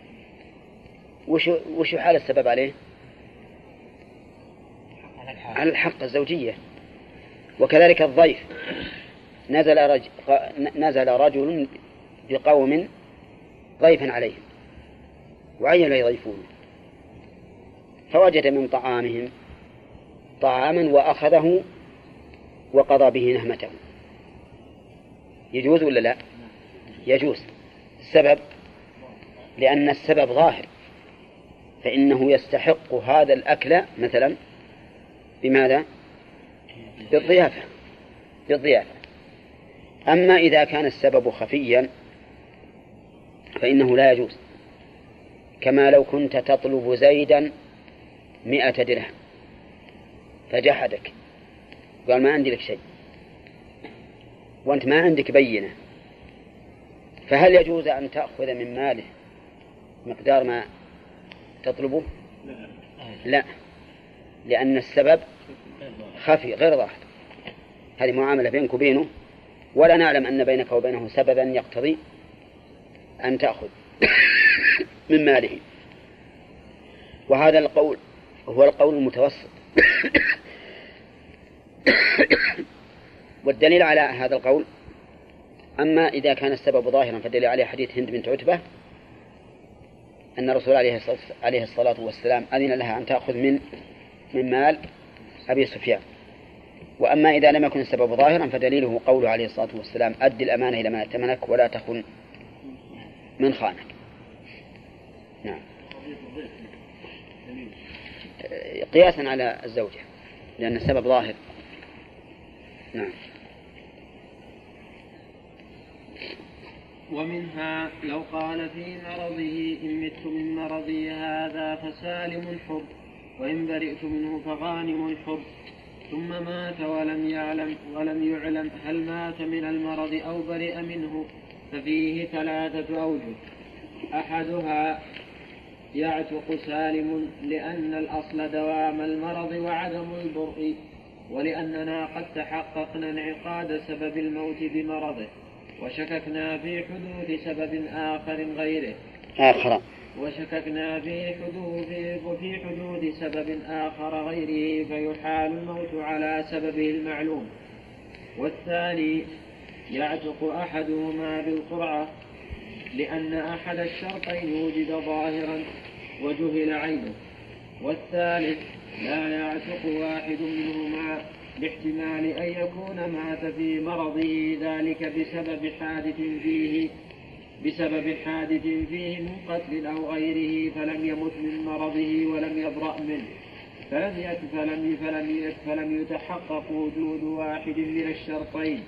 وش حال السبب عليه؟ على الحق الزوجية. وكذلك الضيف، نزل رجل بقوم ضيفا عليهم وعين يضيفونه، فوجد من طعامهم طعاما وأخذه وقضى به نهمته. يجوز ولا لا؟ يجوز. السبب لأن السبب ظاهر، فإنه يستحق هذا الأكل مثلا بماذا؟ بالضيافة. أما إذا كان السبب خفيا فإنه لا يجوز، كما لو كنت تطلب زيدا 100 درهم فجحدك، قال ما عندي لك شيء وأنت ما عندك بينة، فهل يجوز أن تأخذ من ماله مقدار ما تطلبه؟ لا، لأن السبب خفي غير ظاهر. هذه معاملة بينك وبينه، ولا نعلم أن بينك وبينه سببا يقتضي أن تأخذ من ماله. وهذا القول هو القول المتوسط. والدليل على هذا القول، أما إذا كان السبب ظاهرا فالدليل عليه حديث هند بنت عتبة أن الرسول عليه الصلاة والسلام أذن لها أن تأخذ من مال أبي سفيان. وأما إذا لم يكن السبب ظاهرا فدليله قوله عليه الصلاة والسلام: أد الأمانة إلى من ائتمنك ولا تخن من خانك. نعم، قياسا على الزوجة لأن السبب ظاهر. نعم. ومنها لو قال في مرضه: إن مت من مرضي هذا فسالم حر، وإن برئت منه فغانم حر، ثم مات ولم يعلم هل مات من المرض أو برئ منه، ففيه 3 أوجه. أحدها يعتق سالم، لأن الأصل دوام المرض وعدم البرء، ولأننا قد تحققنا انعقاد سبب الموت بمرضه، وشككنا في حدوث سبب آخر غيره. وشككنا في حدوث سبب آخر غيره، فيحال الموت على سببه المعلوم. والثاني يعتق أحدهما بالقرعة، لأن أحد الشرطين وجد ظاهرا وجهل عينه. والثالث لا يعتق واحد منهما، باحتمال أن يكون مات في مرضه ذلك بسبب حادث فيه من قتل أو غيره، فلم يمت من مرضه ولم يبرأ منه، فلم يتحقق وجود واحد من الشرطين.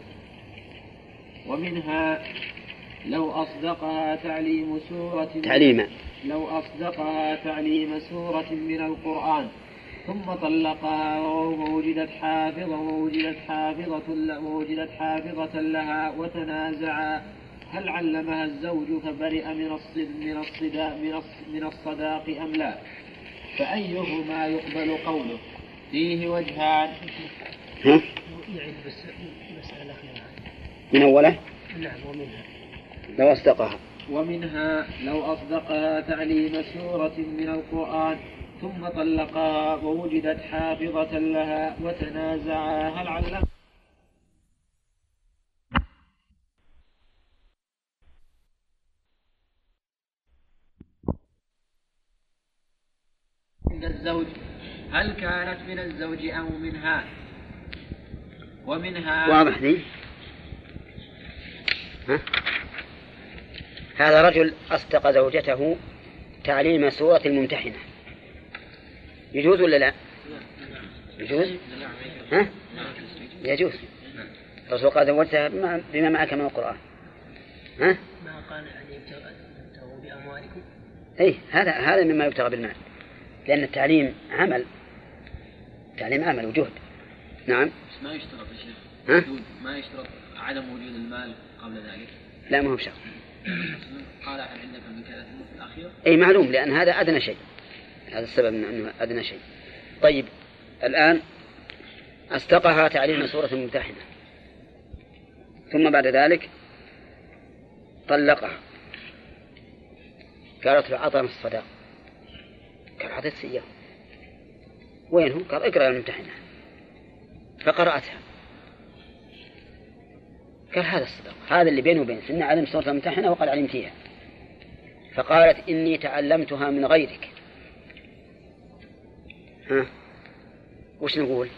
ومنها لو أصدقها تعليم سورة من القرآن ثم طلقها ووجدت حافظة لها وتنازعا هل علمها الزوج فبرئ من الصداق أم لا؟ فأيهما يقبل قوله؟ فيه وجهان. يعيد بس المسألة الأخيرة من أوله؟ نعم. ومنها لو أصدقها تعليم سورة من القرآن ثم طلقها ووجدت حافظة لها وتنازعا هل علمها عند الزوج هل كانت من الزوج أو منها؟ ومنها واضح لي؟ هذا رجل أصدق زوجته تعليم سورة الممتحنة، يجوز ولا لا؟ يجوز؟ يجوز. الرسول قال زوجتها بما معك من القرآن. ما قال أن يبتغوا بأموالكم؟ هذا مما يبتغى بالمال، لأن التعليم عمل، وجهد. نعم. ما يشترط يا شيخ ما يشترط عدم وجود المال قبل ذلك؟ لا، ما هو بشرط. قال هل عندك من كذا في الأخير؟ معلوم، لأن هذا أدنى شيء، هذا السبب من أنه أدنى شيء. طيب الآن أصدقها تعليم سورة الممتحنة ثم بعد ذلك طلقها، قالت له أعطنا الصداق، قال أعطيت إياه، وين هو؟ قال اقرأ الممتحنة، فقرأتها، قال هذا الصداق، هذا اللي بينه وبين سنة علم سورة الممتحنة وقد علمتيها. فقالت إني تعلمتها من غيرك. وش نقول؟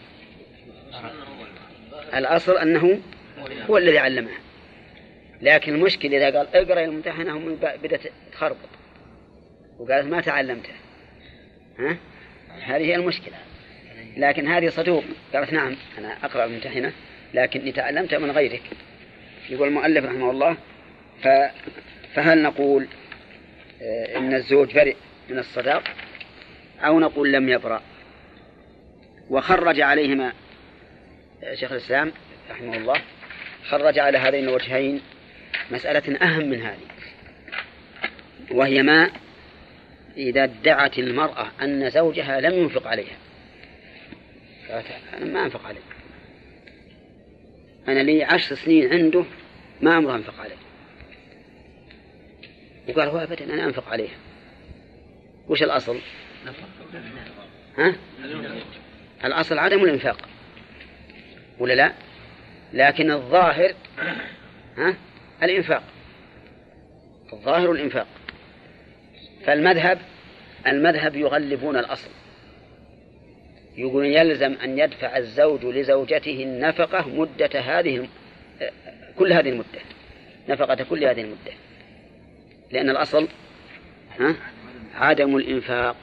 الأصل أنه هو الذي علمها، لكن المشكلة إذا قال اقرأ الممتحنة هم بدأت تخربط وقالت ما تعلمتها، هذه هي المشكلة. لكن هذه صدوق، قالت نعم أنا أقرأ الممتحنة لكني تعلمتها من غيرك. يقول المؤلف رحمه الله فهل نقول إن الزوج برئ من الصداق أو نقول لم يبرأ؟ وخرج عليهما شيخ الإسلام رحمه الله، خرج على هذين الوجهين مسألة أهم من هذه، وهي ما إذا ادعت المرأة أن زوجها لم ينفق عليها، قالت أنا ما أنفق عليه، أنا لي 10 سنين عنده ما أمره أنفق عليه، وقال هو أبدا أنا أنفق عليها. وش الأصل؟ الأصل عدم الإنفاق ولا لا؟ لكن الظاهر الإنفاق، الظاهر الإنفاق. فالمذهب يغلبون الأصل، يقول يلزم أن يدفع الزوج لزوجته النفقة مدة كل هذه المدة، نفقة كل هذه المدة، لأن الأصل عدم الإنفاق.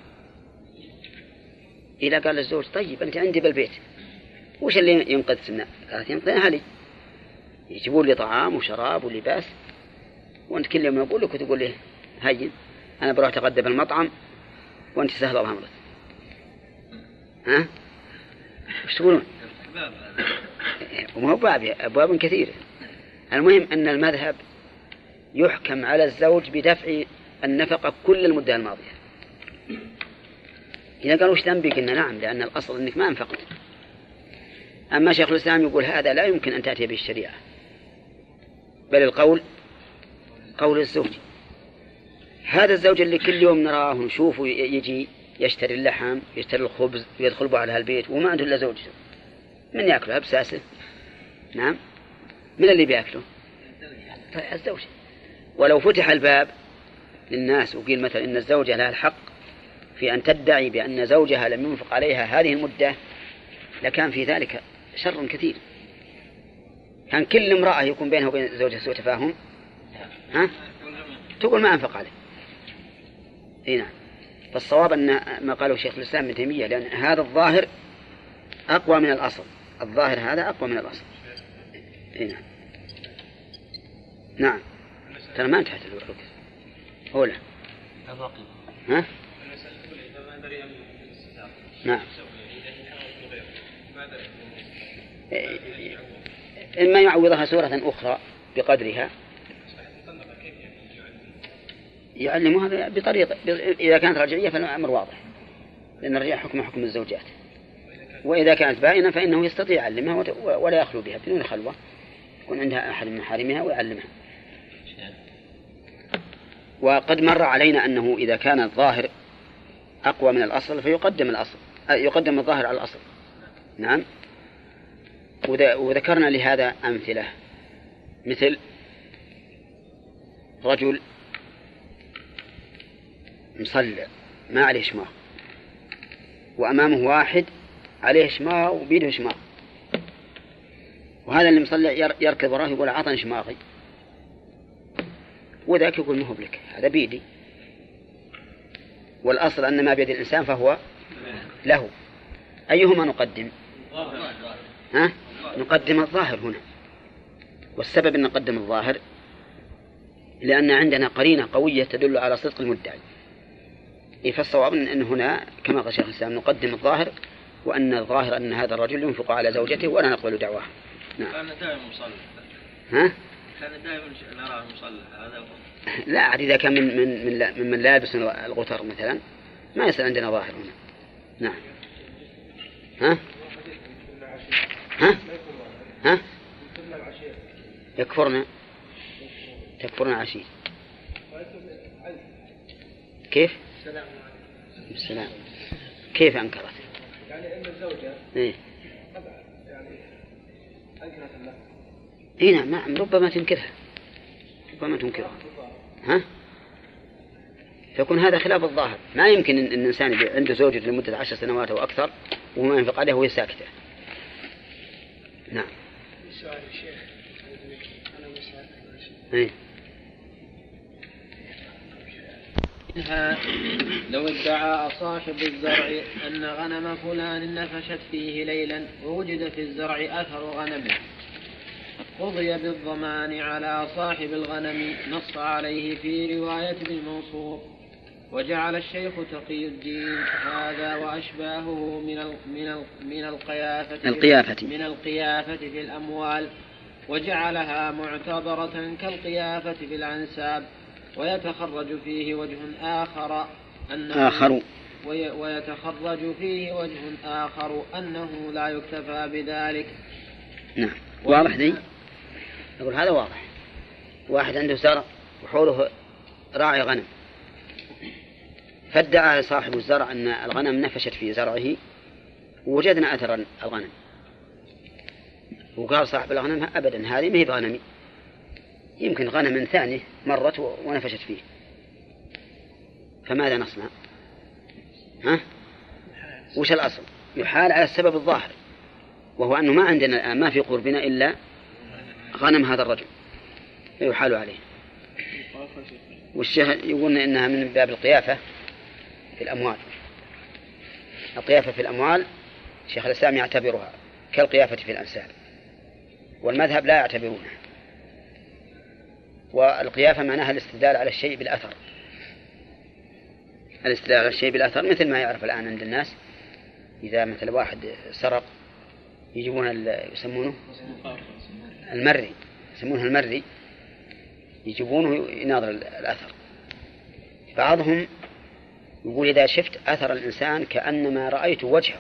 إذا قال الزوج طيب أنت عندي بالبيت وش اللي ينقذ سنة؟ قالت ينقذها لي، يجيبون لي طعام وشراب ولباس، وأنت كل يوم يقول لك وتقول لي هين أنا بروح أتغدى بالمطعم وأنت سهل الله أمرك. وش تقولون؟ وما هو أبواب كثيرة. المهم أن المذهب يحكم على الزوج بدفع النفقة كل المدة الماضية. إذا قالوا وش ذنبي؟ قلنا نعم، لأن الأصل أنك ما أنفقت. أما شيخ الإسلام يقول هذا لا يمكن أن تأتي بالشريعة، بل القول قول الزوج. هذا الزوج اللي كل يوم نراه ونشوفه يجي يشتري اللحم يشتري الخبز ويدخل به على البيت وما عنده إلا زوجته، من يأكله بساسه؟ نعم، من اللي بيأكله؟ الزوج. ولو فتح الباب للناس وقيل مثلا إن الزوجة لها الحق في أن تدعي بأن زوجها لم ينفق عليها هذه المدة، لكان في ذلك شر كثير. كان كل امرأة يكون بينها وبين زوجها سوء تفاهم تقول ما أنفق عليه. نعم. فالصواب أن ما قاله شيخ الإسلام ابن تيمية، لأن هذا الظاهر أقوى من الأصل، الظاهر هذا أقوى من الأصل. نعم. نعم. ترى ما انتهت الوقت. نعم. إما يعوضها سورة أخرى بقدرها يعلمها بطريقة، إذا كانت رجعية فالأمر واضح، لأن الرجعية حكم الزوجات، وإذا كانت بائنة فإنه يستطيع يعلمها ولا يخلو بها بدون خلوة، يكون عندها أحد من محارمها ويعلمها. وقد مر علينا أنه إذا كان الظاهر أقوى من الأصل فيقدم يقدم الظاهر على الأصل. نعم. وذكرنا لهذا أمثلة، مثل رجل مصلع ما عليه شماغ، وأمامه واحد عليه شماغ وبيده شماغ، وهذا اللي مصلع يركض وراه يقول عطني شماغي، وذاك يقول مهب لك هذا بيدي، والأصل أن ما بيد الإنسان فهو له. أيهما نقدم؟ نقدم الظاهر هنا، والسبب أن نقدم الظاهر لأن عندنا قرينة قوية تدل على صدق المدعي. فالصواب أن هنا كما قال شيخ الإسلام نقدم الظاهر، وأن الظاهر أن هذا الرجل ينفق على زوجته ولا نقبل دعواه. نعم. كان دائما مصلح. كان دائما نراه مصلح هذا. لا عاد إذا كان من لا يلبس الغتر مثلا ما يصير عندنا ظاهر هنا. نعم. تكفرنا عشير. كيف؟ السلام. كيف أنكرت؟ يعني أن الزوجة إيه؟ يعني أنكرت له. نعم ربما تنكرها. فيكون هذا خلاف الظاهر. ما يمكن أن الإنسان عنده زوجة لمدة 10 سنوات أو أكثر وما ينفق عليه وهي ساكتة. نعم. سؤال الشيخ أنا مسألة. إيه؟ لو ادعى صاحب الزرع أن غنم فلان نفشت فيه ليلا ووجد في الزرع أثر غنمه، قضي بالضمان على صاحب الغنم، نص عليه في رواية ابن منصور. وجعل الشيخ تقي الدين هذا وأشباهه من القيافة في الأموال، وجعلها معتبرة كالقيافة في الأنساب، ويتخرج فيه وجه آخر أنه لا يكتفى بذلك. نعم. واضح ذي؟ أقول هذا واضح. واحد عنده زرع وحوله راعي غنم، فادعى صاحب الزرع أن الغنم نفشت في زرعه ووجدنا أثر الغنم، وقال صاحب الغنم أبدا هذه ما هي بغنمي، يمكن غنم ثاني مرت ونفشت فيه، فماذا نصنع؟ وش الأصل؟ يحال على السبب الظاهر، وهو أنه ما عندنا الآن ما في قربنا إلا غنم هذا الرجل فيحال عليه. والشيخ يقول إنها من باب القيافة في الأموال. القيافة في الأموال شيخ الإسلام يعتبرها كالقيافة في الأنساب، والمذهب لا يعتبرونها. والقيافة معناها الاستدلال على الشيء بالأثر، الاستدلال على الشيء بالأثر، مثل ما يعرف الآن عند الناس إذا مثل واحد سرق يجيبون يسمونه المري، يجيبونه يناظر الأثر. بعضهم يقول إذا شفت أثر الإنسان كأنما رأيت وجهه،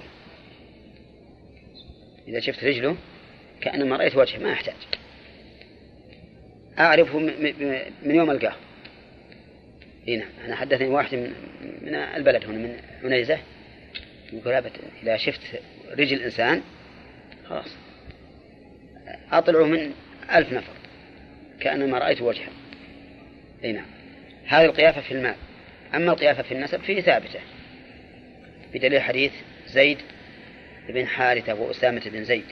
إذا شفت رجله كأنما رأيت وجهه ما يحتاج، أعرفه من يوم ألقاه. هنا أنا حدثني واحد من البلد هنا من عنيزة يقول إذا شفت رجل إنسان خلاص أطلعه من 1000 نفر كأنما رأيت وجهه. هنا هذه القيافة في المال. أما القيافة في النسب فيه ثابتة بدليل حديث زيد بن حارثة وأسامة بن زيد،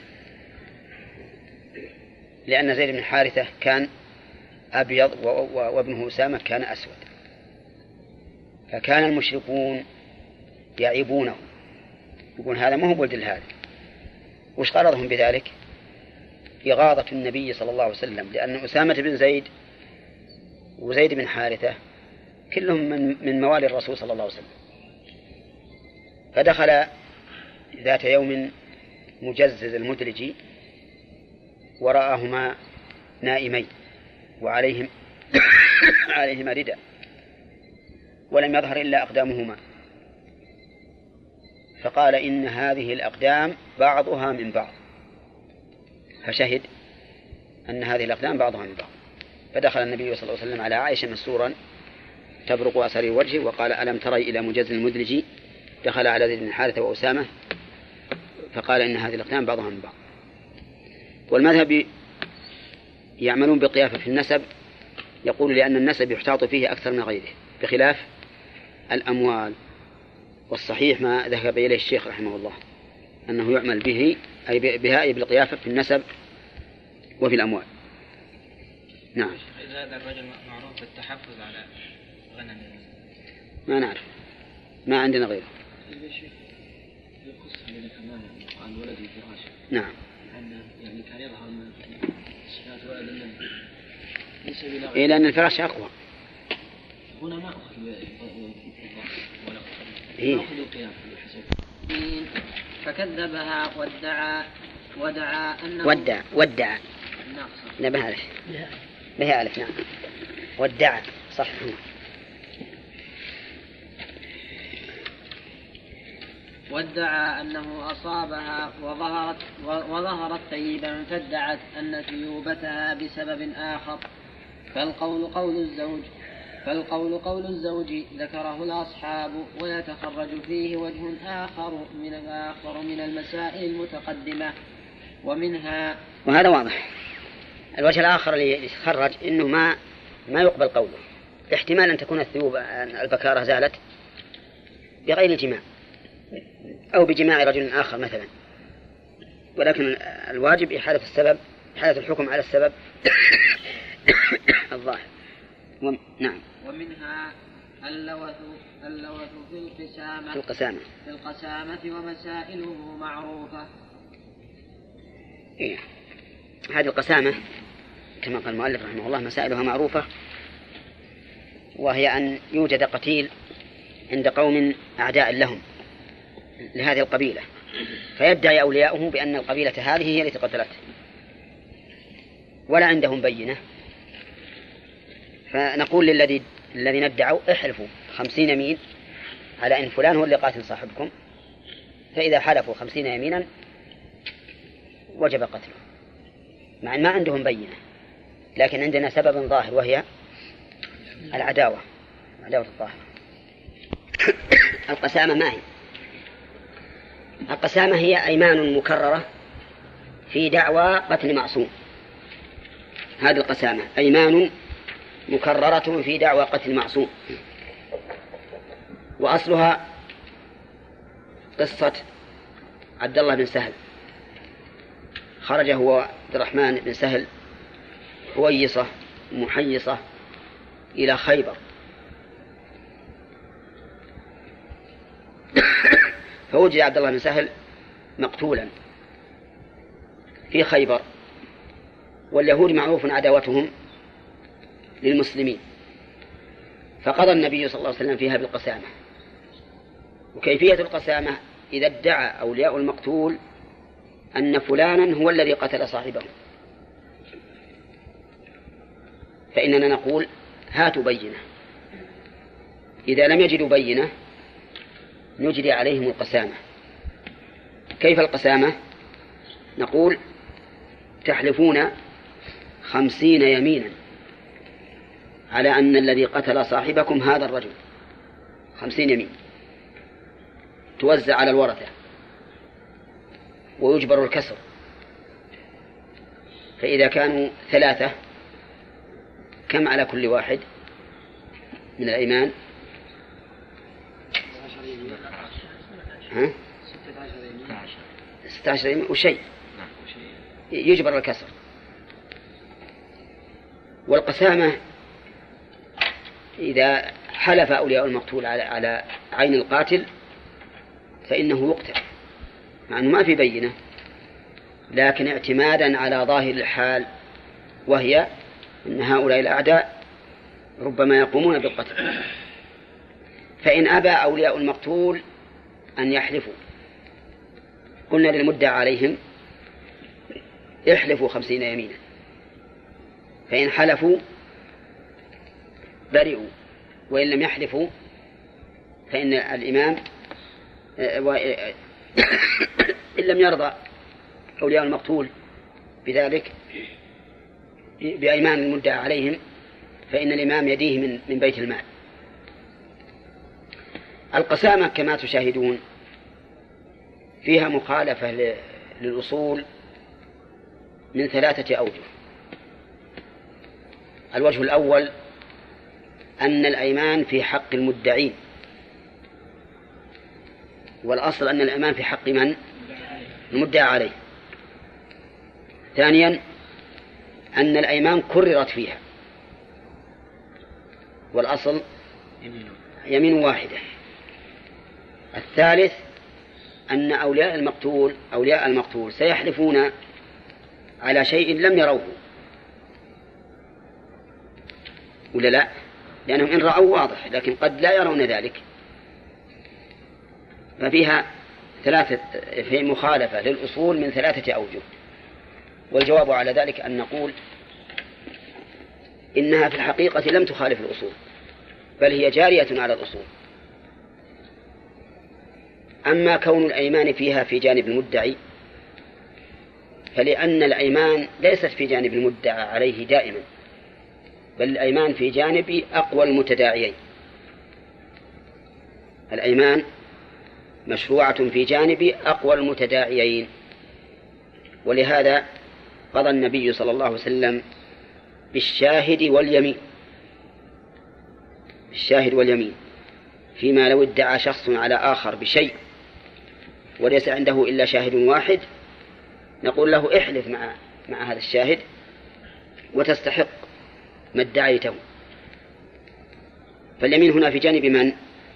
لأن زيد بن حارثة كان أبيض وابنه أسامة كان أسود، فكان المشركون يعيبونه يقول هذا ما هو ولد هذا. وش غرضهم بذلك؟ إغاظة النبي صلى الله عليه وسلم، لأن أسامة بن زيد وزيد بن حارثة كلهم من موالي الرسول صلى الله عليه وسلم. فدخل ذات يوم مجزز المدلج ورآهما نائمين وعليهم عليهما رداء ولم يظهر إلا أقدامهما، فقال إن هذه الأقدام بعضها من بعض، فشهد أن هذه الأقدام بعضها من بعض. فدخل النبي صلى الله عليه وسلم على عائشة مسرورا تبرق أسر وجهه وقال ألم تري إلى مجزز المدلج؟ دخل على زيد بن حارثة وأسامة فقال إن هذه الأقدام بعضها من بعض. والمذهب يعملون بقيافة في النسب، يقول لأن النسب يحتاط فيه أكثر من غيره بخلاف الأموال، والصحيح ما ذهب إليه الشيخ رحمه الله أنه يعمل به أي بها أي بالقيافة في النسب وفي الأموال. نعم. هذا الرجل معروف بالتحفظ على غنم، ما نعرف، ما عندنا غيره. نعم. يعني كان يظهر من صفات ولد النبي ليس بلا إيه لأن الفراش أقوى. هنا ما أخذ ولا إيه. أخذ القيام فكذبها ودعا أنه ودع نبه ألف به ألف. نعم ودع صح. وادعى أنه أصابها وظهرت طيبا، فادعت أن ثيوبتها بسبب آخر، فالقول قول الزوج ذكره الأصحاب، ويتخرج فيه وجه آخر من المسائل المتقدمة ومنها. وهذا واضح. الوجه الآخر اللي يتخرج إنه ما يقبل قوله، احتمال أن تكون الثيوب البكارة زالت بغير جماع أو بجماع رجل آخر مثلا، ولكن الواجب إحالة السبب، إحالة الحكم على السبب الظاهر. نعم. ومنها اللوث في القسامة ومسائله معروفة. إيه. هذه القسامة كما قال المؤلف رحمه الله مسائلها معروفة، وهي أن يوجد قتيل عند قوم أعداء لهم لهذه القبيلة، فيدعي أولياؤه بأن القبيلة هذه هي التي قتلته ولا عندهم بينة، فنقول للذين ادعوا احلفوا 50 يمين على أن فلان هو اللي قاتل صاحبكم، فإذا حلفوا 50 يمينا وجب قتله مع أن ما عندهم بينة، لكن عندنا سبب ظاهر وهي العداوة الظاهرة. القسامة ما هي؟ القسامة هي أيمان مكررة في دعوى قتل معصوم. هذه القسامة أيمان مكررة في دعوى قتل معصوم، وأصلها قصة عبد الله بن سهل. خرج هو عبد الرحمن بن سهل هويصة محيصة إلى خيبر، فوجد عبد الله بن سهل مقتولا في خيبر، واليهود معروف عداوتهم للمسلمين، فقضى النبي صلى الله عليه وسلم فيها بالقسامة. وكيفية القسامة إذا ادعى أولياء المقتول أن فلانا هو الذي قتل صاحبه، فإننا نقول هاتوا بينة. إذا لم يجدوا بينة نجري عليهم القسامة. كيف القسامة؟ نقول تحلفون 50 يمينا على أن الذي قتل صاحبكم هذا الرجل، 50 يمين توزع على الورثة ويجبر الكسر، فإذا كانوا 3 كم على كل واحد من الأيمان؟ 16 يمين وشيء يجبر الكسر. والقسامة إذا حلف أولياء المقتول على عين القاتل فإنه يقتل مع أنه ما في بينة، لكن اعتمادا على ظاهر الحال، وهي أن هؤلاء الأعداء ربما يقومون بالقتل. فإن أبى أولياء المقتول أن يحلفوا قلنا للمدعى عليهم احلفوا 50 يمينا، فإن حلفوا برئوا، وإن لم يحلفوا فإن الإمام إن لم يرضى أولياء المقتول بذلك بأيمان المدعى عليهم فإن الإمام يديه من بيت المال. القسامة كما تشاهدون فيها مخالفة للأصول من 3 أوجه. الوجه الأول أن الأيمان في حق المدعين، والأصل أن الأيمان في حق من؟ المدعى عليه. ثانيا أن الأيمان كررت فيها، والأصل يمين واحدة. الثالث أن أولياء المقتول سيحلفون على شيء لم يروه، ولا لا؟ لأنهم إن رأوا واضح، لكن قد لا يرون ذلك. ففيها في مخالفة للأصول من 3 أوجه. والجواب على ذلك أن نقول إنها في الحقيقة لم تخالف الأصول، بل هي جارية على الأصول. أما كون الأيمان فيها في جانب المدعي فلأن الأيمان ليست في جانب المدعى عليه دائما، بل الأيمان في جانب أقوى المتداعيين. الأيمان مشروعة في جانب أقوى المتداعيين، ولهذا قضى النبي صلى الله عليه وسلم بالشاهد واليمين فيما لو ادعى شخص على آخر بشيء وليس عنده إلا شاهد واحد، نقول له احلف مع هذا الشاهد وتستحق ما ادعيته. فاليمين هنا في جانب من؟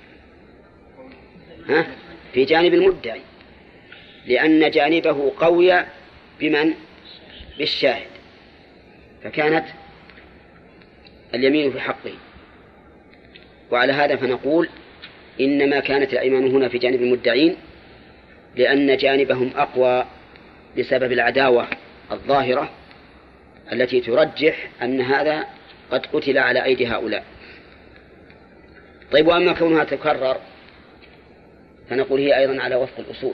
في جانب المدعي، لأن جانبه قوي بمن؟ بالشاهد، فكانت اليمين في حقه. وعلى هذا فنقول إنما كانت الأيمان هنا في جانب المدعين لأن جانبهم أقوى بسبب العداوة الظاهرة التي ترجح أن هذا قد قتل على أيدي هؤلاء. طيب، وأما كونها تكرر فنقول هي أيضا على وفق الأصول،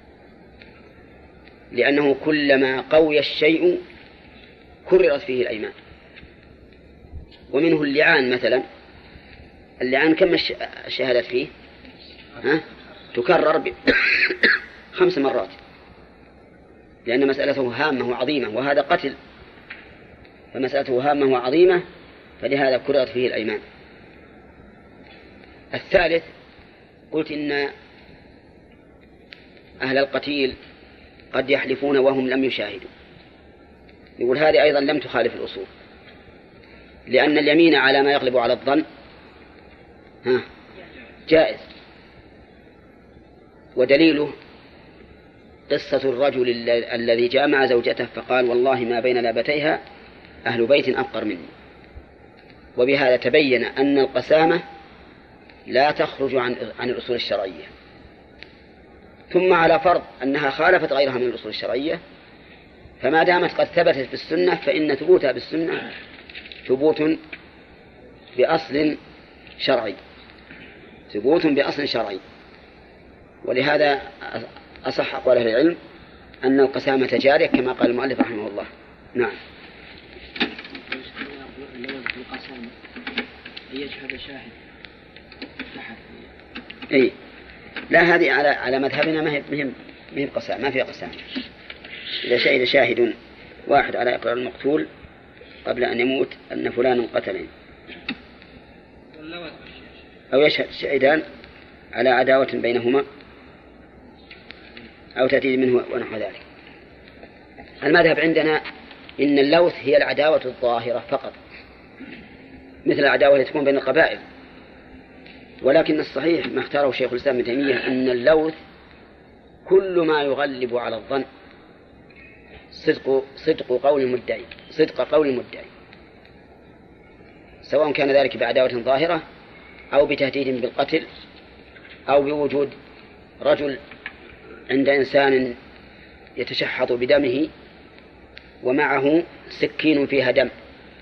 لأنه كلما قوي الشيء كررت فيه الأيمان. ومنه اللعان مثلا، اللعان كم الشهادات فيه؟ تكرر 5 مرات، لأن مسألته هامة وعظيمة، وهذا قتل، فمسألته هامة وعظيمة، فلهذا كررت فيه الأيمان. الثالث قلت إن أهل القتيل قد يحلفون وهم لم يشاهدوا، يقول هذه أيضا لم تخالف الأصول، لأن اليمين على ما يغلب على الظن جائز. ودليله قصة الرجل الذي جامع زوجته فقال والله ما بين لابتيها أهل بيت أفقر مني. وبهذا تبين أن القسامة لا تخرج عن الأصول الشرعية. ثم على فرض أنها خالفت غيرها من الأصول الشرعية، فما دامت قد ثبتت بالسنة فإن ثبوتها بالسنة ثبوت بأصل شرعي، ثبوت بأصل شرعي. ولهذا أصح أقوال أهل العلم أن القسامة جارية كما قال المؤلف رحمه الله. نعم. يشهد شاهد أي لا، هذه على مذهبنا ما هي قسامة، ما فيها قسامة. إذا شهد شاهد واحد على إقرار المقتول قبل أن يموت أن فلان قتله، أو يشهد شهدان على عداوة بينهما أو تأتي منه ونحو ذلك. المذهب عندنا إن اللوث هي العداوة الظاهرة فقط، مثل العداوة التي تكون بين القبائل. ولكن الصحيح ما اختاره شيخ الإسلام ابن تيمية أن اللوث كل ما يغلب على الظن صدق قول المدعي، سواء كان ذلك بعداوة ظاهرة أو بتهديد بالقتل أو بوجود رجل عند إنسان يتشحط بدمه ومعه سكين فيها دم،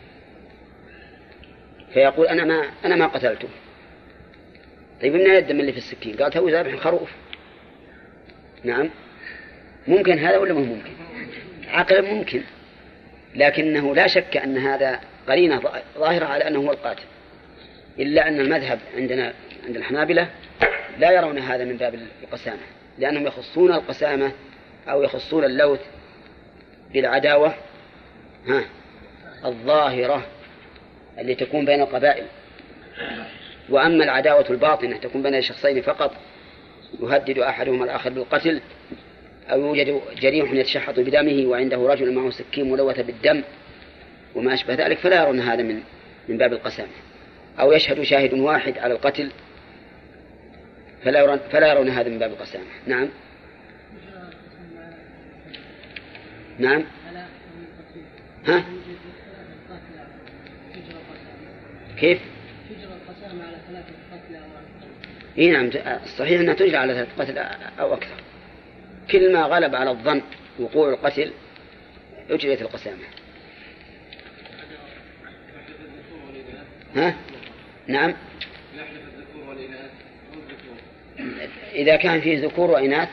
فيقول أنا ما قتلته. طيب من أين الدم اللي في السكين؟ قال تو ذابح خروف. نعم، ممكن هذا ولا ممكن؟ عقلا ممكن، لكنه لا شك أن هذا قرينة ظاهرة على أنه هو القاتل، إلا أن المذهب عندنا عند الحنابلة لا يرون هذا من باب القسامة، لأنهم يخصون القسامة أو يخصون اللوث بالعداوة الظاهرة اللي تكون بين القبائل، وأما العداوة الباطنة تكون بين شخصين فقط يهدد أحدهما الآخر بالقتل، أو يوجد جريح يتشحط بدمه وعنده رجل معه سكين ملوثة بالدم وما أشبه ذلك، فلا يرون هذا من باب القسامة. أو يشهد شاهد واحد على القتل فلا يرون هذا من باب القسامة. نعم نعم. ها؟ كيف؟ إيه نعم، الصحيح أنها تجرى على 3 قتل أو أكثر، كل ما غلب على الظن وقوع القتل أجريت القسامة. ها؟ نعم، إذا كان فيه ذكور وإناث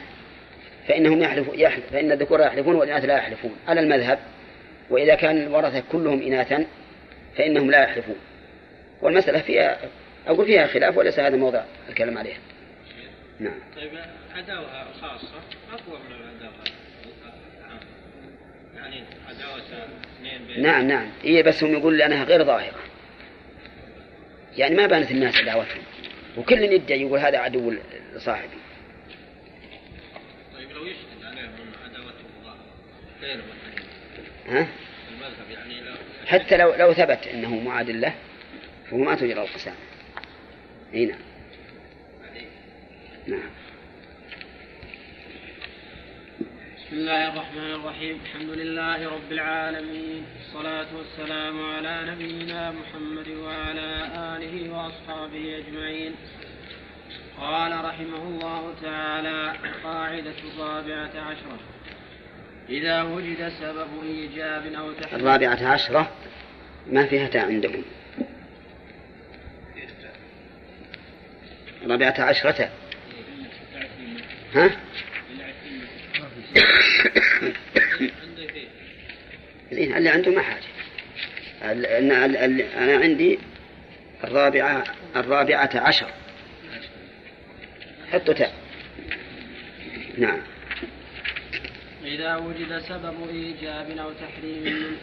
فإن الذكور يحلفون والإناث لا يحلفون على المذهب، وإذا كان الورثة كلهم إناثا فإنهم لا يحلفون. والمسألة فيها خلاف وليس هذا موضع الكلام عليها. نعم. طيب عداوة خاصة أقوى من العداوة يعني عداوة اثنين. نعم إيه، بس هم يقول لأنها غير ظاهرة، يعني ما بانت الناس عداوتهم، وكل يدعي يقول هذا عدو لصاحبي. طيب لو يشهد عليهم عداوته غير ها؟ المذهب يعني حتى لو ثبت أنه معاد له فهو ما تجرى القسامة. هنا نعم. بسم الله الرحمن الرحيم. الحمد لله رب العالمين، الصلاة والسلام على نبينا محمد وعلى آله وأصحابه أجمعين. قال رحمه الله تعالى: قاعدة 14 إذا وجد سبب إيجاب أو تحريم. 14 ما فيها تاء عندكم؟ 14 ها؟ اللي عنده ما حاجة. أنا عندي 14 حطوا تاء. نعم. إذا وجد سبب إيجاب أو تحريم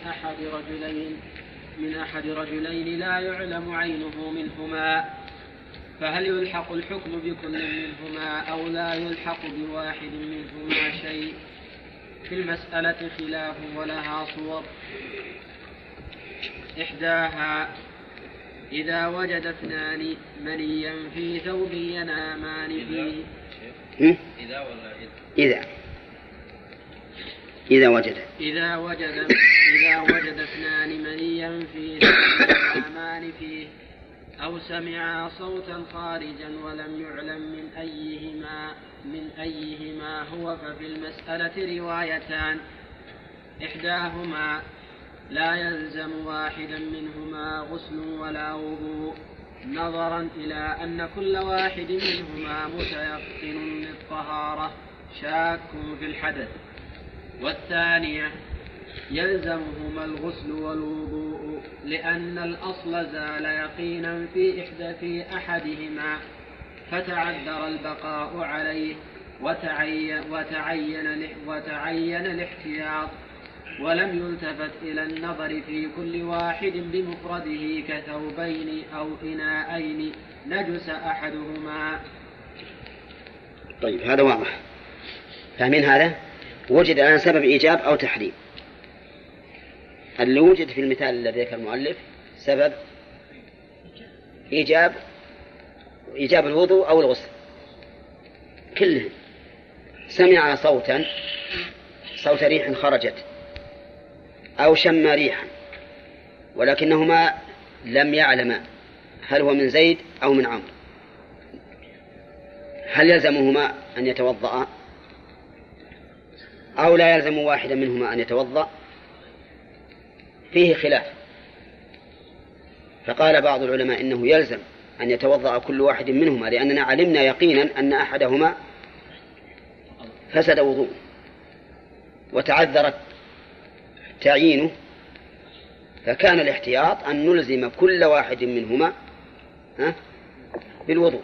من أحد رجلين لا يعلم عينه منهما، فهل يلحق الحكم بكل منهما أو لا يلحق بواحد منهما شيء؟ في المسألة خلاف ولها صور. إحداها: إذا وجد 2 منيا في ثوب ينامان فيه. إذا وجد 2 منيا في ثوب ينامان فيه، أو سمع صوتا خارجا ولم يعلم من أيهما هو، ففي المسألة روايتان: إحداهما لا يلزم واحدا منهما غسل ولا وضوء، نظرا إلى أن كل واحد منهما متيقن للطهارة شاك في الحدث. والثانية يلزمهما الغسل والوضوء، لأن الأصل زال يقينا في أحدهما، فتعذر البقاء عليه وتعين الاحتياط، ولم يلتفت إلى النظر في كل واحد بمفرده كثوبين أو إناءين نجس أحدهما. طيب هذا واضح، فاهمين هذا؟ وجد الآن سبب إيجاب أو تحريم. اللي وجد في المثال الذي ذكر المؤلف سبب إيجاب الوضوء أو الغسل كله. سمع صوت ريح خرجت أو شم ريحا، ولكنهما لم يعلما هل هو من زيد أو من عمرو، هل يلزمهما أن يتوضأ أو لا يلزم واحدا منهما أن يتوضأ فيه خلاف. فقال بعض العلماء إنه يلزم أن يتوضأ كل واحد منهما، لأننا علمنا يقينا أن أحدهما فسد وضوء وتعذرت تعيينه، فكان الاحتياط أن نلزم كل واحد منهما بالوضوء،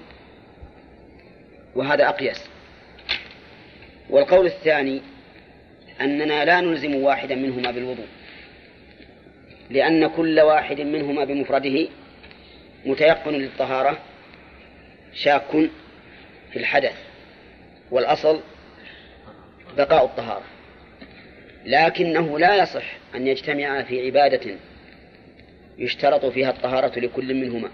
وهذا أقيس. والقول الثاني أننا لا نلزم واحدا منهما بالوضوء، لأن كل واحد منهما بمفرده متيقن للطهارة شاك في الحدث، والأصل بقاء الطهارة، لكنه لا يصح أن يجتمع في عبادة يشترط فيها الطهارة لكل منهما.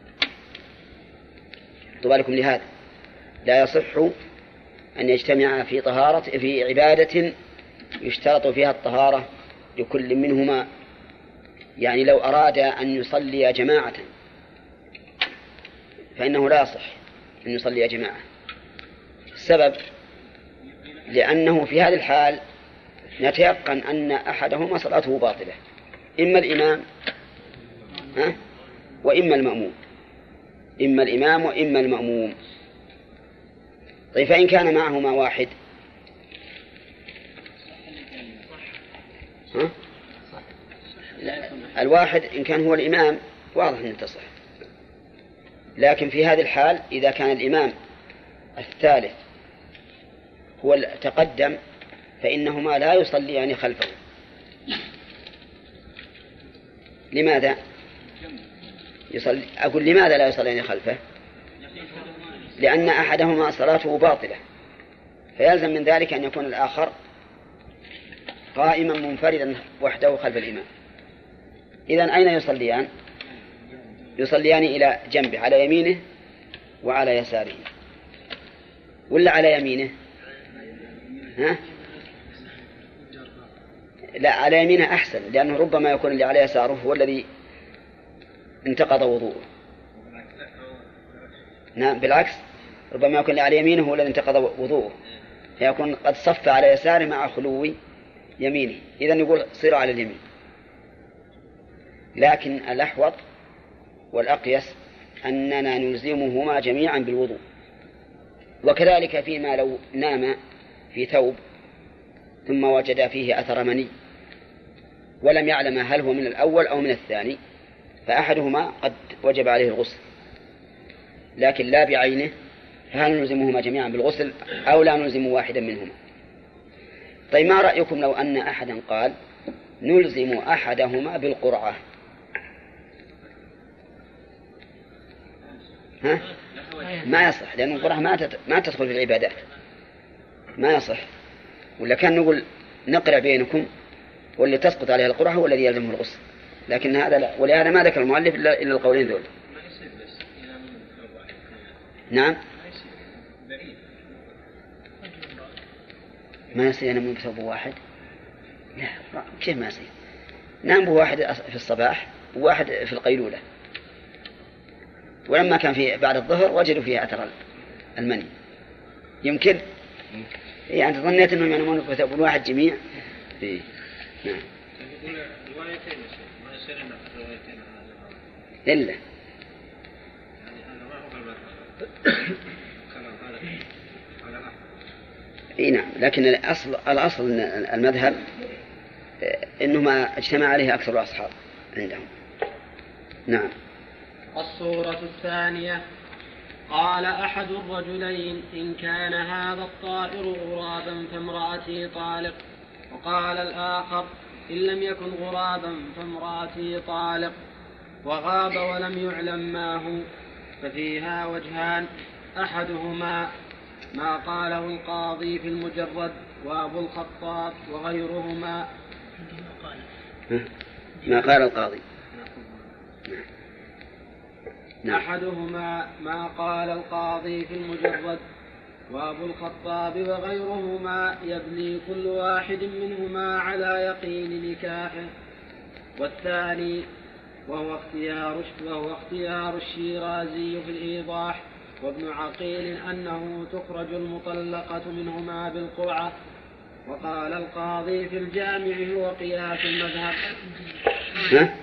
طبالكم لهذا لا يصح أن يجتمع في عبادة يشترط فيها الطهارة لكل منهما. يعني لو أراد أن يصلي جماعة فإنه لا يصح أن يصلي جماعة. السبب لأنه في هذه الحال نتيقن أن أحدهما صلاته باطلة، إما الإمام وإما المأموم، إما الإمام وإما المأموم. طيب فإن كان معهما واحد الواحد إن كان هو الإمام واضح أن تصح، لكن في هذه الحال إذا كان الإمام الثالث هو تقدم فإنهما لا يصليان خلفه. لماذا؟ أقول لماذا لا يصليان خلفه؟ لأن أحدهما صلاته باطلة، فيلزم من ذلك أن يكون الآخر قائما منفردا وحده خلف الإمام. إذن أين يصليان؟ يصليان إلى جنبه، على يمينه وعلى يساره، ولا على يمينه؟ لا، على يمينه أحسن، لأنه ربما يكون اللي على يساره هو الذي انتقض وضوءه. نعم بالعكس، ربما يكون اللي على يمينه هو الذي انتقض وضوءه، فيكون قد صف على يساره مع خلو يمينه، إذن يقول صير على اليمين. لكن الأحوط والأقيس أننا نلزمهما جميعا بالوضوء. وكذلك فيما لو نام في ثوب ثم وجد فيه أثر مني ولم يعلم هل هو من الأول أو من الثاني، فأحدهما قد وجب عليه الغسل لكن لا بعينه، فهل نلزمهما جميعا بالغسل أو لا نلزم واحدا منهما؟ طيب ما رأيكم لو أن أحدا قال نلزم أحدهما بالقرعة؟ ما يصح، لأن القرعة ما تدخل في العبادات، ما يصح. ولا كان نقول نقرأ بينكم واللي تسقط عليها القرعة هو الذي يلزمه الغسل، لكن هذا لا، ولهذا ما ذكر المؤلف إلا القولين ذول. نعم ما يصير ننام بثوب واحد، لا كيف ما يصير؟ نام بواحد في الصباح وواحد في القيلولة، ولما كان في بعد الظهر وجدوا فيها أثر المني. يمكن يعني ظنيت أنهم ينامون بثوب واحد جميع. نعم إلا إيه نعم، لكن الأصل أن المذهب إنه ما اجتمع عليه أكثر الأصحاب عندهم. نعم. الصورة الثانية: قال أحد الرجلين إن كان هذا الطائر غرابا فامرأتي طالق، وقال الآخر إن لم يكن غرابا فامرأتي طالق، وغاب ولم يعلم ما هو، ففيها وجهان: أحدهما ما قاله القاضي في المجرد وأبو الخطاب وغيرهما. ما قال القاضي. نعم. أحدهما ما قال القاضي في المجرد وأبو الخطاب وغيرهما يبني كل واحد منهما على يقين نكاحه، والثاني وهو اختيار الشيرازي في الإيضاح وابن عقيل أنه تخرج المطلقة منهما بالقرعة، وقال القاضي في الجامع هو قياس المذهب. ها؟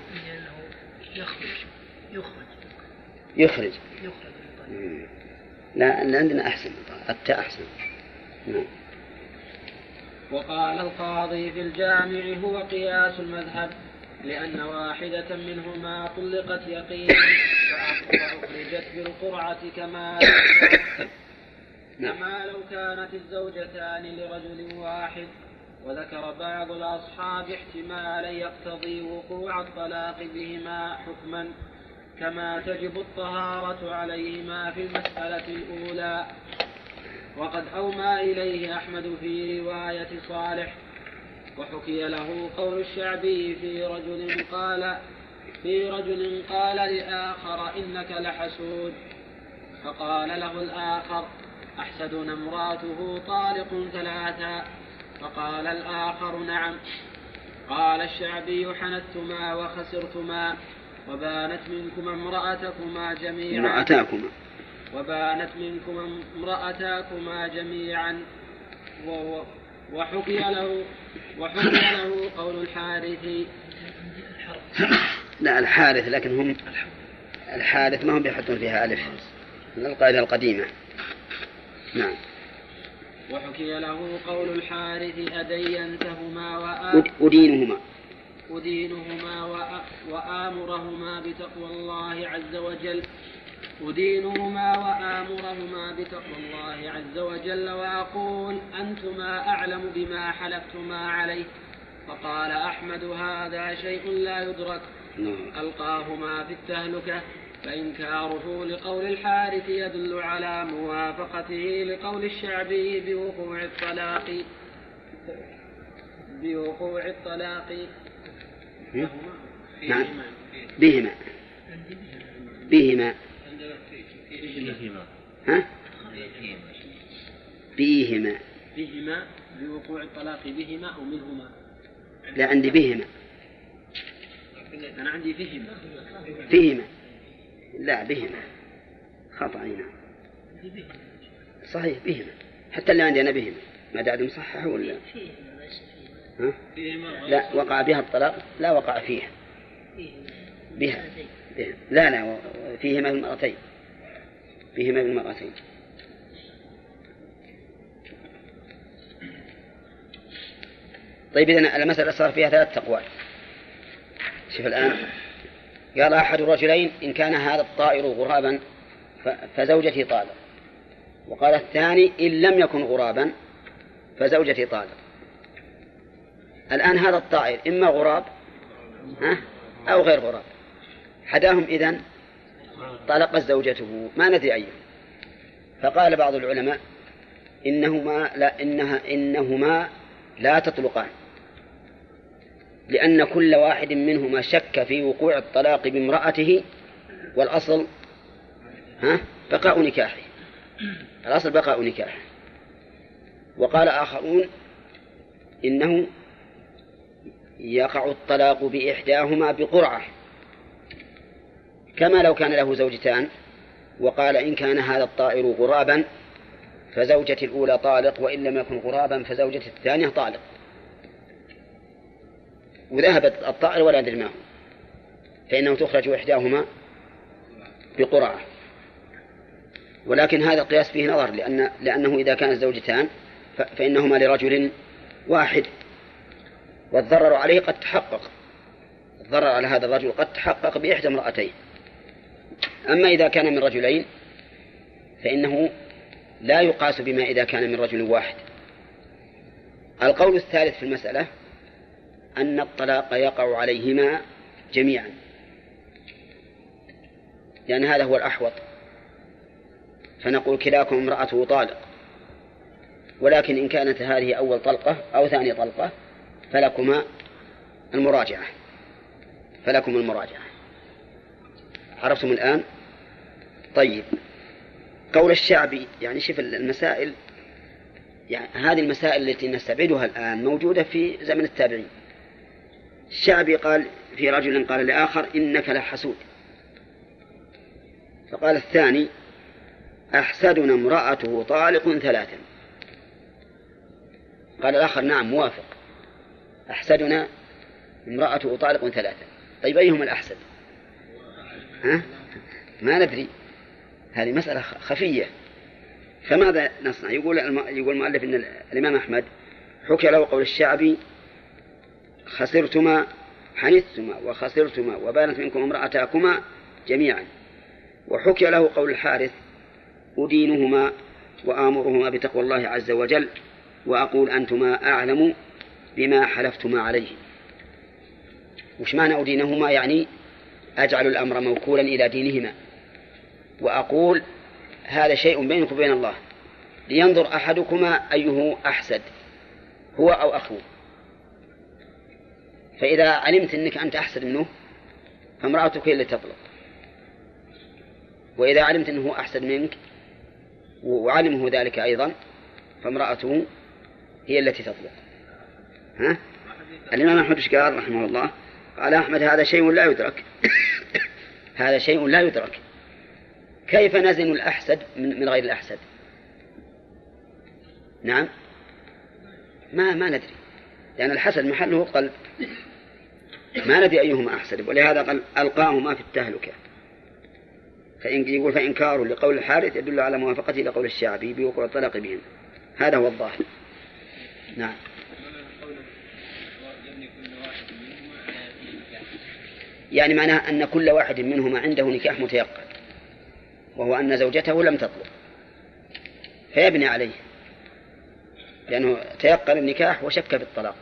يخرج. لا عندنا أحسن، التاء أحسن. وقال القاضي في الجامع هو قياس المذهب، لأن واحدة منهما طلقت يقينا فأخرجت بالقرعة كما لو كانت الزوجتان لرجل واحد. وذكر بعض الأصحاب احتمالا يقتضي وقوع الطلاق بهما حكما، كما تجب الطهارة عليهما في المسألة الأولى. وقد أومى إليه أحمد في رواية صالح. وحكي له قول الشعبي في رجل قال لآخر إنك لحسود، فقال له الآخر أحسدنا امراته طالق ثلاثا، فقال الآخر نعم. قال الشعبي حنثتما وخسرتما، وبانت منكما امرأتاكما جميعا. وحكي له قول الحارث. لا الحارث، لكن هم الحارث ما هم بيحطون فيها ألف من القاعدة القديمة. نعم. وحكي له قول الحارث أدينتهما أدينهما وآمرهما بتقوى الله عز وجل وأقول أنتما أعلم بما حلفتما عليه. فقال أحمد هذا شيء لا يدرك، ألقاهما في التهلكة. فإنكاره لقول الحارث يدل على موافقته لقول الشعبي بوقوع الطلاق نعم. بهما ها؟ بهما بوقوع الطلاق بهما أو منهما. لا عندي بهما. أنا عندي فيهما. لا بهما خطأ. نعم صحيح بهما، حتى اللي عندي أنا بهما ما دعوا مصحح ولا ها؟ لا وقع بها الطلاق، لا وقع فيها بها. لا فيهما بالمرأتين. طيب إذن المسألة صار فيها 3 أقوال. شوف الآن، قال أحد الرجلين إن كان هذا الطائر غرابا فزوجتي طالق، وقال الثاني إن لم يكن غرابا فزوجتي طالق. الآن هذا الطائر إما غراب أو غير غراب، حداهم إذن طلقت زوجته، ما ندري أيه. فقال بعض العلماء إنهما لا تطلقان، لأن كل واحد منهما شك في وقوع الطلاق بامرأته، والأصل بقاء نكاحه. الأصل بقاء نكاحه. وقال آخرون إنه يقع الطلاق بإحداهما بقرعة، كما لو كان له زوجتان. وقال إن كان هذا الطائر غرابا فزوجة الأولى طالق، وإن لم يكن غرابا فزوجة الثانية طالق. وذهبت الطائر ولا ندري ما هو، فإنه تخرج إحداهما بقرعة. ولكن هذا القياس فيه نظر، لأنه إذا كان الزوجتان فإنهما لرجل واحد، والضرر عليه قد تحقق، الضرر على هذا الرجل قد تحقق بإحدى امرأتين. أما إذا كان من رجلين فإنه لا يقاس بما إذا كان من رجل واحد. القول الثالث في المسألة أن الطلاق يقع عليهما جميعا، لأن هذا هو الأحوط، فنقول كلاكم امرأته طالق. ولكن إن كانت هذه أول طلقة أو ثاني طلقة فلكم المراجعة. عرفتم الآن؟ طيب، قول الشعبي، يعني شوف المسائل، يعني هذه المسائل التي نستبعدها الآن موجودة في زمن التابعين. الشعبي قال في رجل قال لآخر إنك لحسود، فقال الثاني أحسدنا امرأته طالق 3. قال الآخر نعم موافق، أحسدنا امرأة أطالق 3. طيب أيهم الأحسد؟ ها؟ ما ندري، هذه مسألة خفية. فماذا نصنع؟ يقول المؤلف إن الإمام أحمد حكي له قول الشعبي خسرتما حنثتما وخسرتما وبانت منكم امرأتاكما جميعا، وحكي له قول الحارث أدينهما وآمرهما بتقوى الله عز وجل وأقول أنتما أعلم بما حلفتما عليه. وش معنى أدينهما؟ يعني أجعل الأمر موكولا إلى دينهما، وأقول هذا شيء بينك وبين الله لينظر أحدكما أيه أحسد هو أو أخوه، فإذا علمت أنك أنت أحسد منه فامرأتك هي اللي تطلق، وإذا علمت أنه أحسد منك وعلمه ذلك أيضا فامرأته هي التي تطلق. ها؟ الإمام أحمد قال رحمه الله، قال أحمد هذا شيء لا يدرك هذا شيء لا يدرك، كيف نزن الأحسد من غير الأحسد؟ نعم ما ندري، لأن الحسد محله قلب، ما ندري أيهما أحسد، ولهذا قال ألقاهما في التهلكة. يقول فإنكاره لقول الحارث يدل على موافقته لقول الشعبي بوقوع الطلاق بهم، هذا هو الظاهر. نعم. يعني معناه أن كل واحد منهما عنده نكاح متيقن، وهو أن زوجته لم تطلق فيبني عليه، لأنه تيقن النكاح وشك في الطلاق.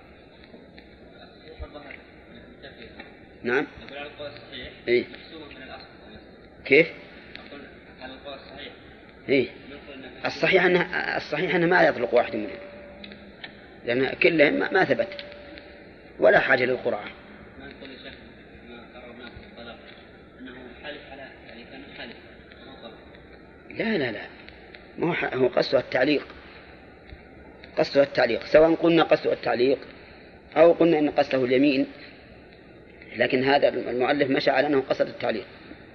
نعم. إيه؟ كيف؟ إيه؟ الصحيح أنه ما يطلق واحد منهم، لأن كلهم ما ثبت ولا حاجة للقرعة. لا ما هو قصده التعليق، قصده التعليق، سواء قلنا قصده التعليق أو قلنا إن قصده اليمين، لكن هذا المؤلف مشى على أنه قصد التعليق.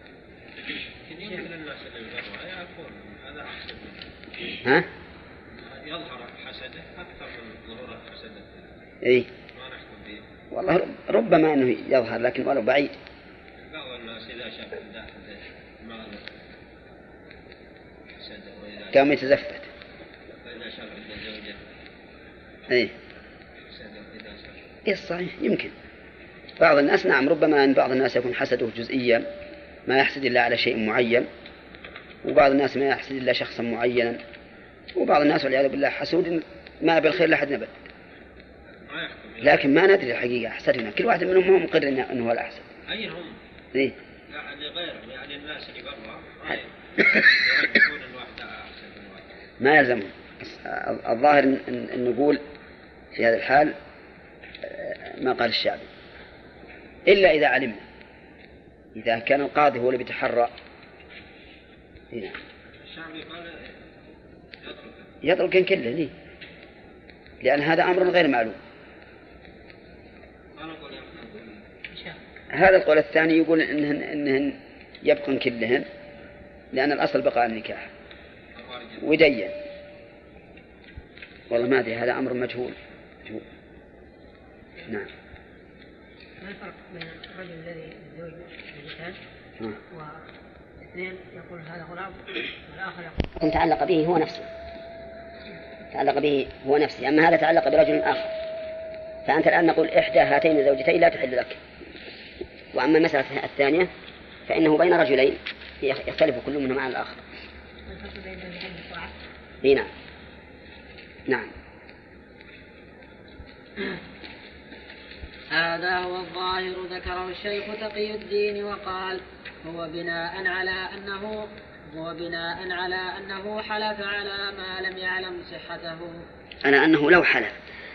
ها؟ يظهر حسده أكثر من ظهور حسده. إيه؟ ما نحكم به. والله ربما أنه يظهر، لكن ولو بعيد. بعض الناس إذا شاف داخل ما حسده كم يتزفت. فإذا شاف الزوجة. إيه؟ إيه صحيح، يمكن بعض الناس نعم، ربما أن بعض الناس يكون حسده جزئيا ما يحسد إلا على شيء معين، وبعض الناس ما يحسد إلا شخصا معينا، وبعض الناس والعياذ بالله حسود ما بالخير لحد نبت. لكن ما ندري الحقيقة أحسدنا، كل واحد منهم هو مقرر أنه هو الأحسد. أيهم؟ إيه؟ يعني غيرهم، يعني الناس اللي برا ما يلزمهم. الظاهر أن نقول في هذا الحال ما قال الشعبي، إلا إذا علمنا، إذا كان القاضي هو اللي بيتحرى. هنا الشعبي قال يترك كله ليه؟ لأن هذا أمر غير معلوم. هذا القول الثاني يقول إنهن يبقن كلهن، لأن الأصل بقاء النكاح ودين. والله ما أدري، هذا أمر مجهول. نعم. ما الفرق بين الرجل الذي يتزوج زوجتان واثنين يقول هذا غلام والآخر يقول تعلق به هو نفسه، تعلق به هو نفسه، أما هذا تعلق برجل آخر، فأنت الآن نقول إحدى هاتين الزوجتين لا تحل لك. وأما المسألة الثانية فإنه بين رجلين يختلف كل منهم عن الآخر. نعم. نعم. هذا هو الظاهر ذكره الشيخ تقي الدين وقال هو بناء على أنه حلف على ما لم يعلم صحته، على أنه لو حلف.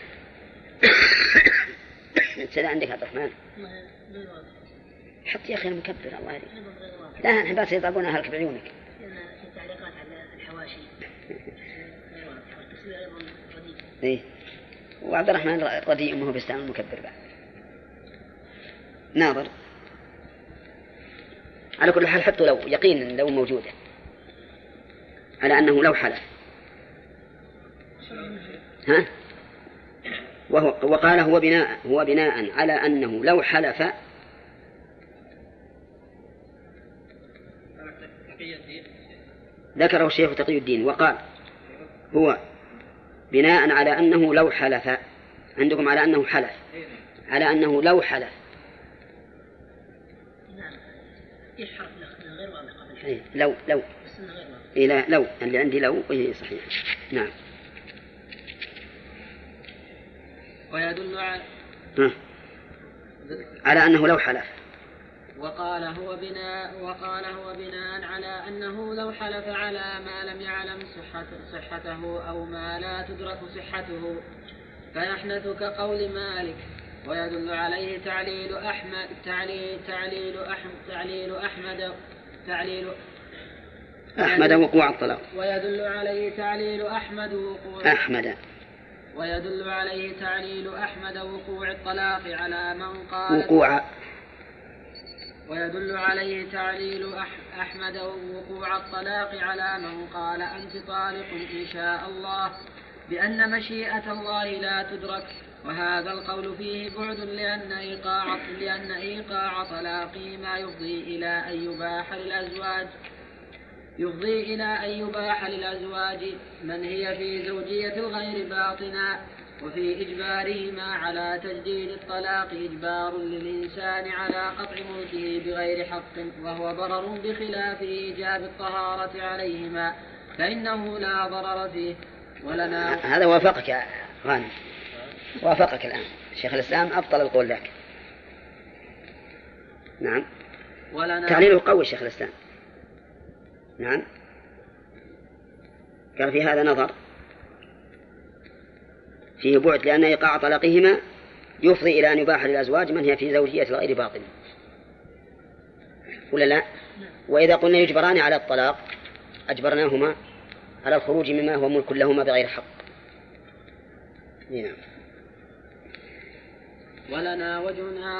سيدا عندك عبد الرحمن حط يا أخي المكبر الله يريد. لا نحن بس يضربونها هلك بعيونك. في تعليقات على الحواشي إيه، وعبد الرحمن رديء وهو بيستعمل المكبر بعد. ناظر على كل حال حطوا لو يقين لو موجودة على أنه لو حلف. ها وقال هو بناء على أنه لو حلف ذكره الشيخ تقي الدين وقال هو بناء على أنه لو حلف. عندكم على أنه حلف، على أنه لو حلف. نعم. إيش حرف غير واضح قبل؟ إيه لو غير واضح. إلى لو اللي عندي لو إيه صحيح. نعم. ويدل على أنه لو حلف. وقال هو بناء على أنه لو حلف على ما لم يعلم صحته أو ما لا تدرك صحته فيحنث كقول مالك. ويدل عليه أحمد وقوع الطلاق. ويدل عليه تعليل أحمد وقوع الطلاق على من قال ويدل عليه تعليل أحمد وقوع الطلاق على من قال أنت طالق إن شاء الله بأن مشيئة الله لا تدرك. وهذا القول فيه بعد لأن إيقاع طلاقه ما يفضي إلى أن يباح للأزواج من هي في زوجية الغير باطنا. وفي إجبارهما على تجديد الطلاق إجبار للإنسان على قطع ملكه بغير حق، وهو ضرر بخلاف إيجاب الطهارة عليهما فإنه لا ضرر فيه. ولنا هذا وافقك يا غانم، وافقك الآن شيخ الإسلام أبطل القول لك. نعم. تعليله قوي شيخ الإسلام. نعم. قال في هذا نظر فيه بعد لأن إيقاع طلاقهما يفضي إلى أن يباح للأزواج من هي في زوجية الغير باطن ولا لا؟ وإذا قلنا يجبران على الطلاق أجبرناهما على الخروج مما هو ملك لهما بغير حق. نعم. ولنا وجه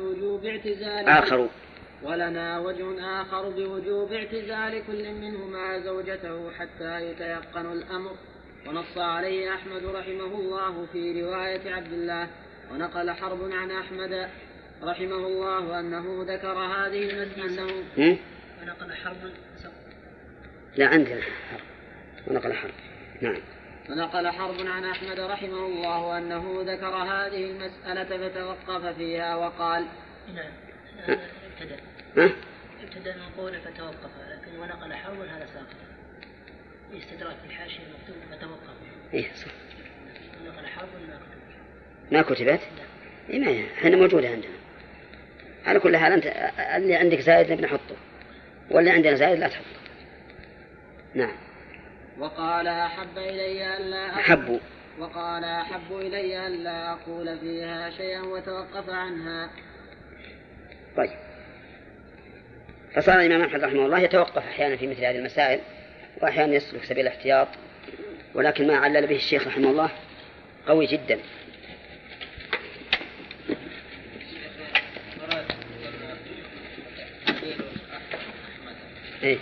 آخر بوجوب اعتزال كل منهما زوجته حتى يتيقن الأمر. ونص عليه أحمد رحمه الله في رواية عبد الله. ونقل حرب عن أحمد رحمه الله أنه ذكر هذه المسألة. ونقل حرب لا عندنا ونقل حرب. نعم. ونقل حرب عن أحمد رحمه الله أنه ذكر هذه المسألة فتوقف فيها وقال نعم. ابتدأ نقول فتوقف، لكن ونقل حرب هذا ساقط. استدراك في الحاشية المكتوب فتوقف. إيه صح. ونقل حرب ما كتبت؟ إيه ما احنا موجودة عندنا. على كل حال أنت اللي عندك زائد نبي نحطه، واللي عندنا زائد لا تحطه. نعم. وقال أحب إلي ألا أقول فيها شيئا وتوقف عنها. طيب. فصار الإمام أحمد رحمه الله يتوقف أحيانا في مثل هذه المسائل وأحيانا يسلك سبيل الاحتياط، ولكن ما علل به الشيخ رحمه الله قوي جدا. إيه.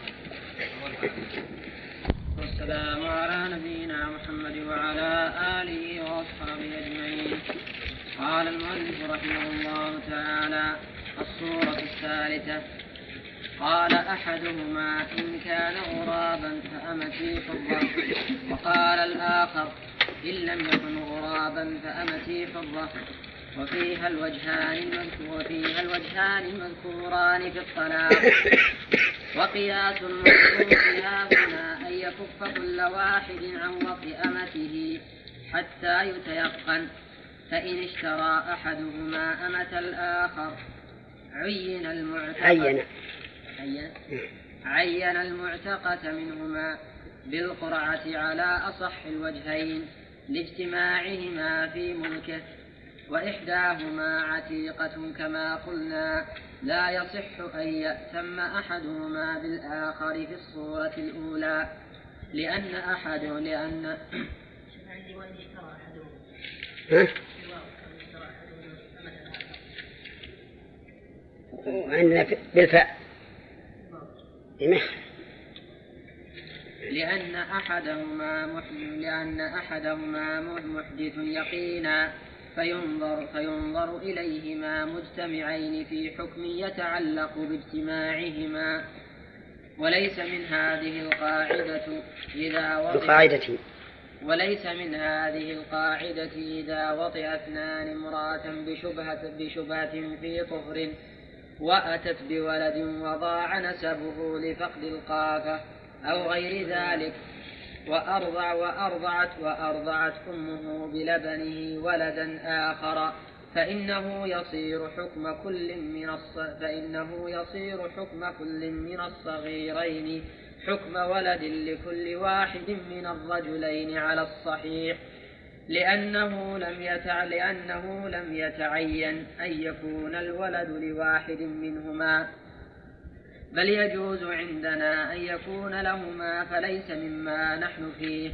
والسلام على نبينا محمد وعلى آله وأصحابه أجمعين. قال المؤلف رحمه الله تعالى: الصورة الثالثة. قال أحدهما: إن كان غرابا فأمتي فضة. وقال الآخر: إن لم يكن غرابا فأمتي فضة. وفيها الوجهان المذكوران في الطلاق. وقياس المذكور فيها هنا أن يكف كل واحد عن وطء أمته حتى يتيقن. فإن اشترى أحدهما أمة الآخر عين المعتقة منهما بالقرعة على أصح الوجهين لاجتماعهما في ملكه، وإحداهما عتيقة كما قلنا، لا يصح أن يأتم أحدهما بالآخر في الصورة الأولى لأن عندنا بالفاء لأن أحدهما محدث يقينا فينظر إليهما مجتمعين في حكم يتعلق باجتماعهما. وليس من هذه القاعدة إذا وطئ اثنان امرأة بشبهة في طهر وأتت بولد وضاع نسبه لفقد القافة أو غير ذلك وأرضعت أمه بلبنه ولدا آخر فإنه يصير حكم كل من الصغيرين حكم ولد لكل واحد من الرجلين على الصحيح، لأنه لم يتعين أن يكون الولد لواحد منهما، بل يجوز عندنا أن يكون لهما، فليس مما نحن فيه.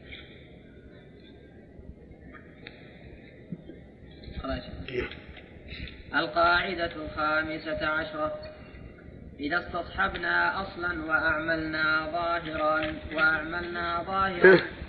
القاعدة 15: إذا استصحبنا أصلا وأعملنا ظاهرا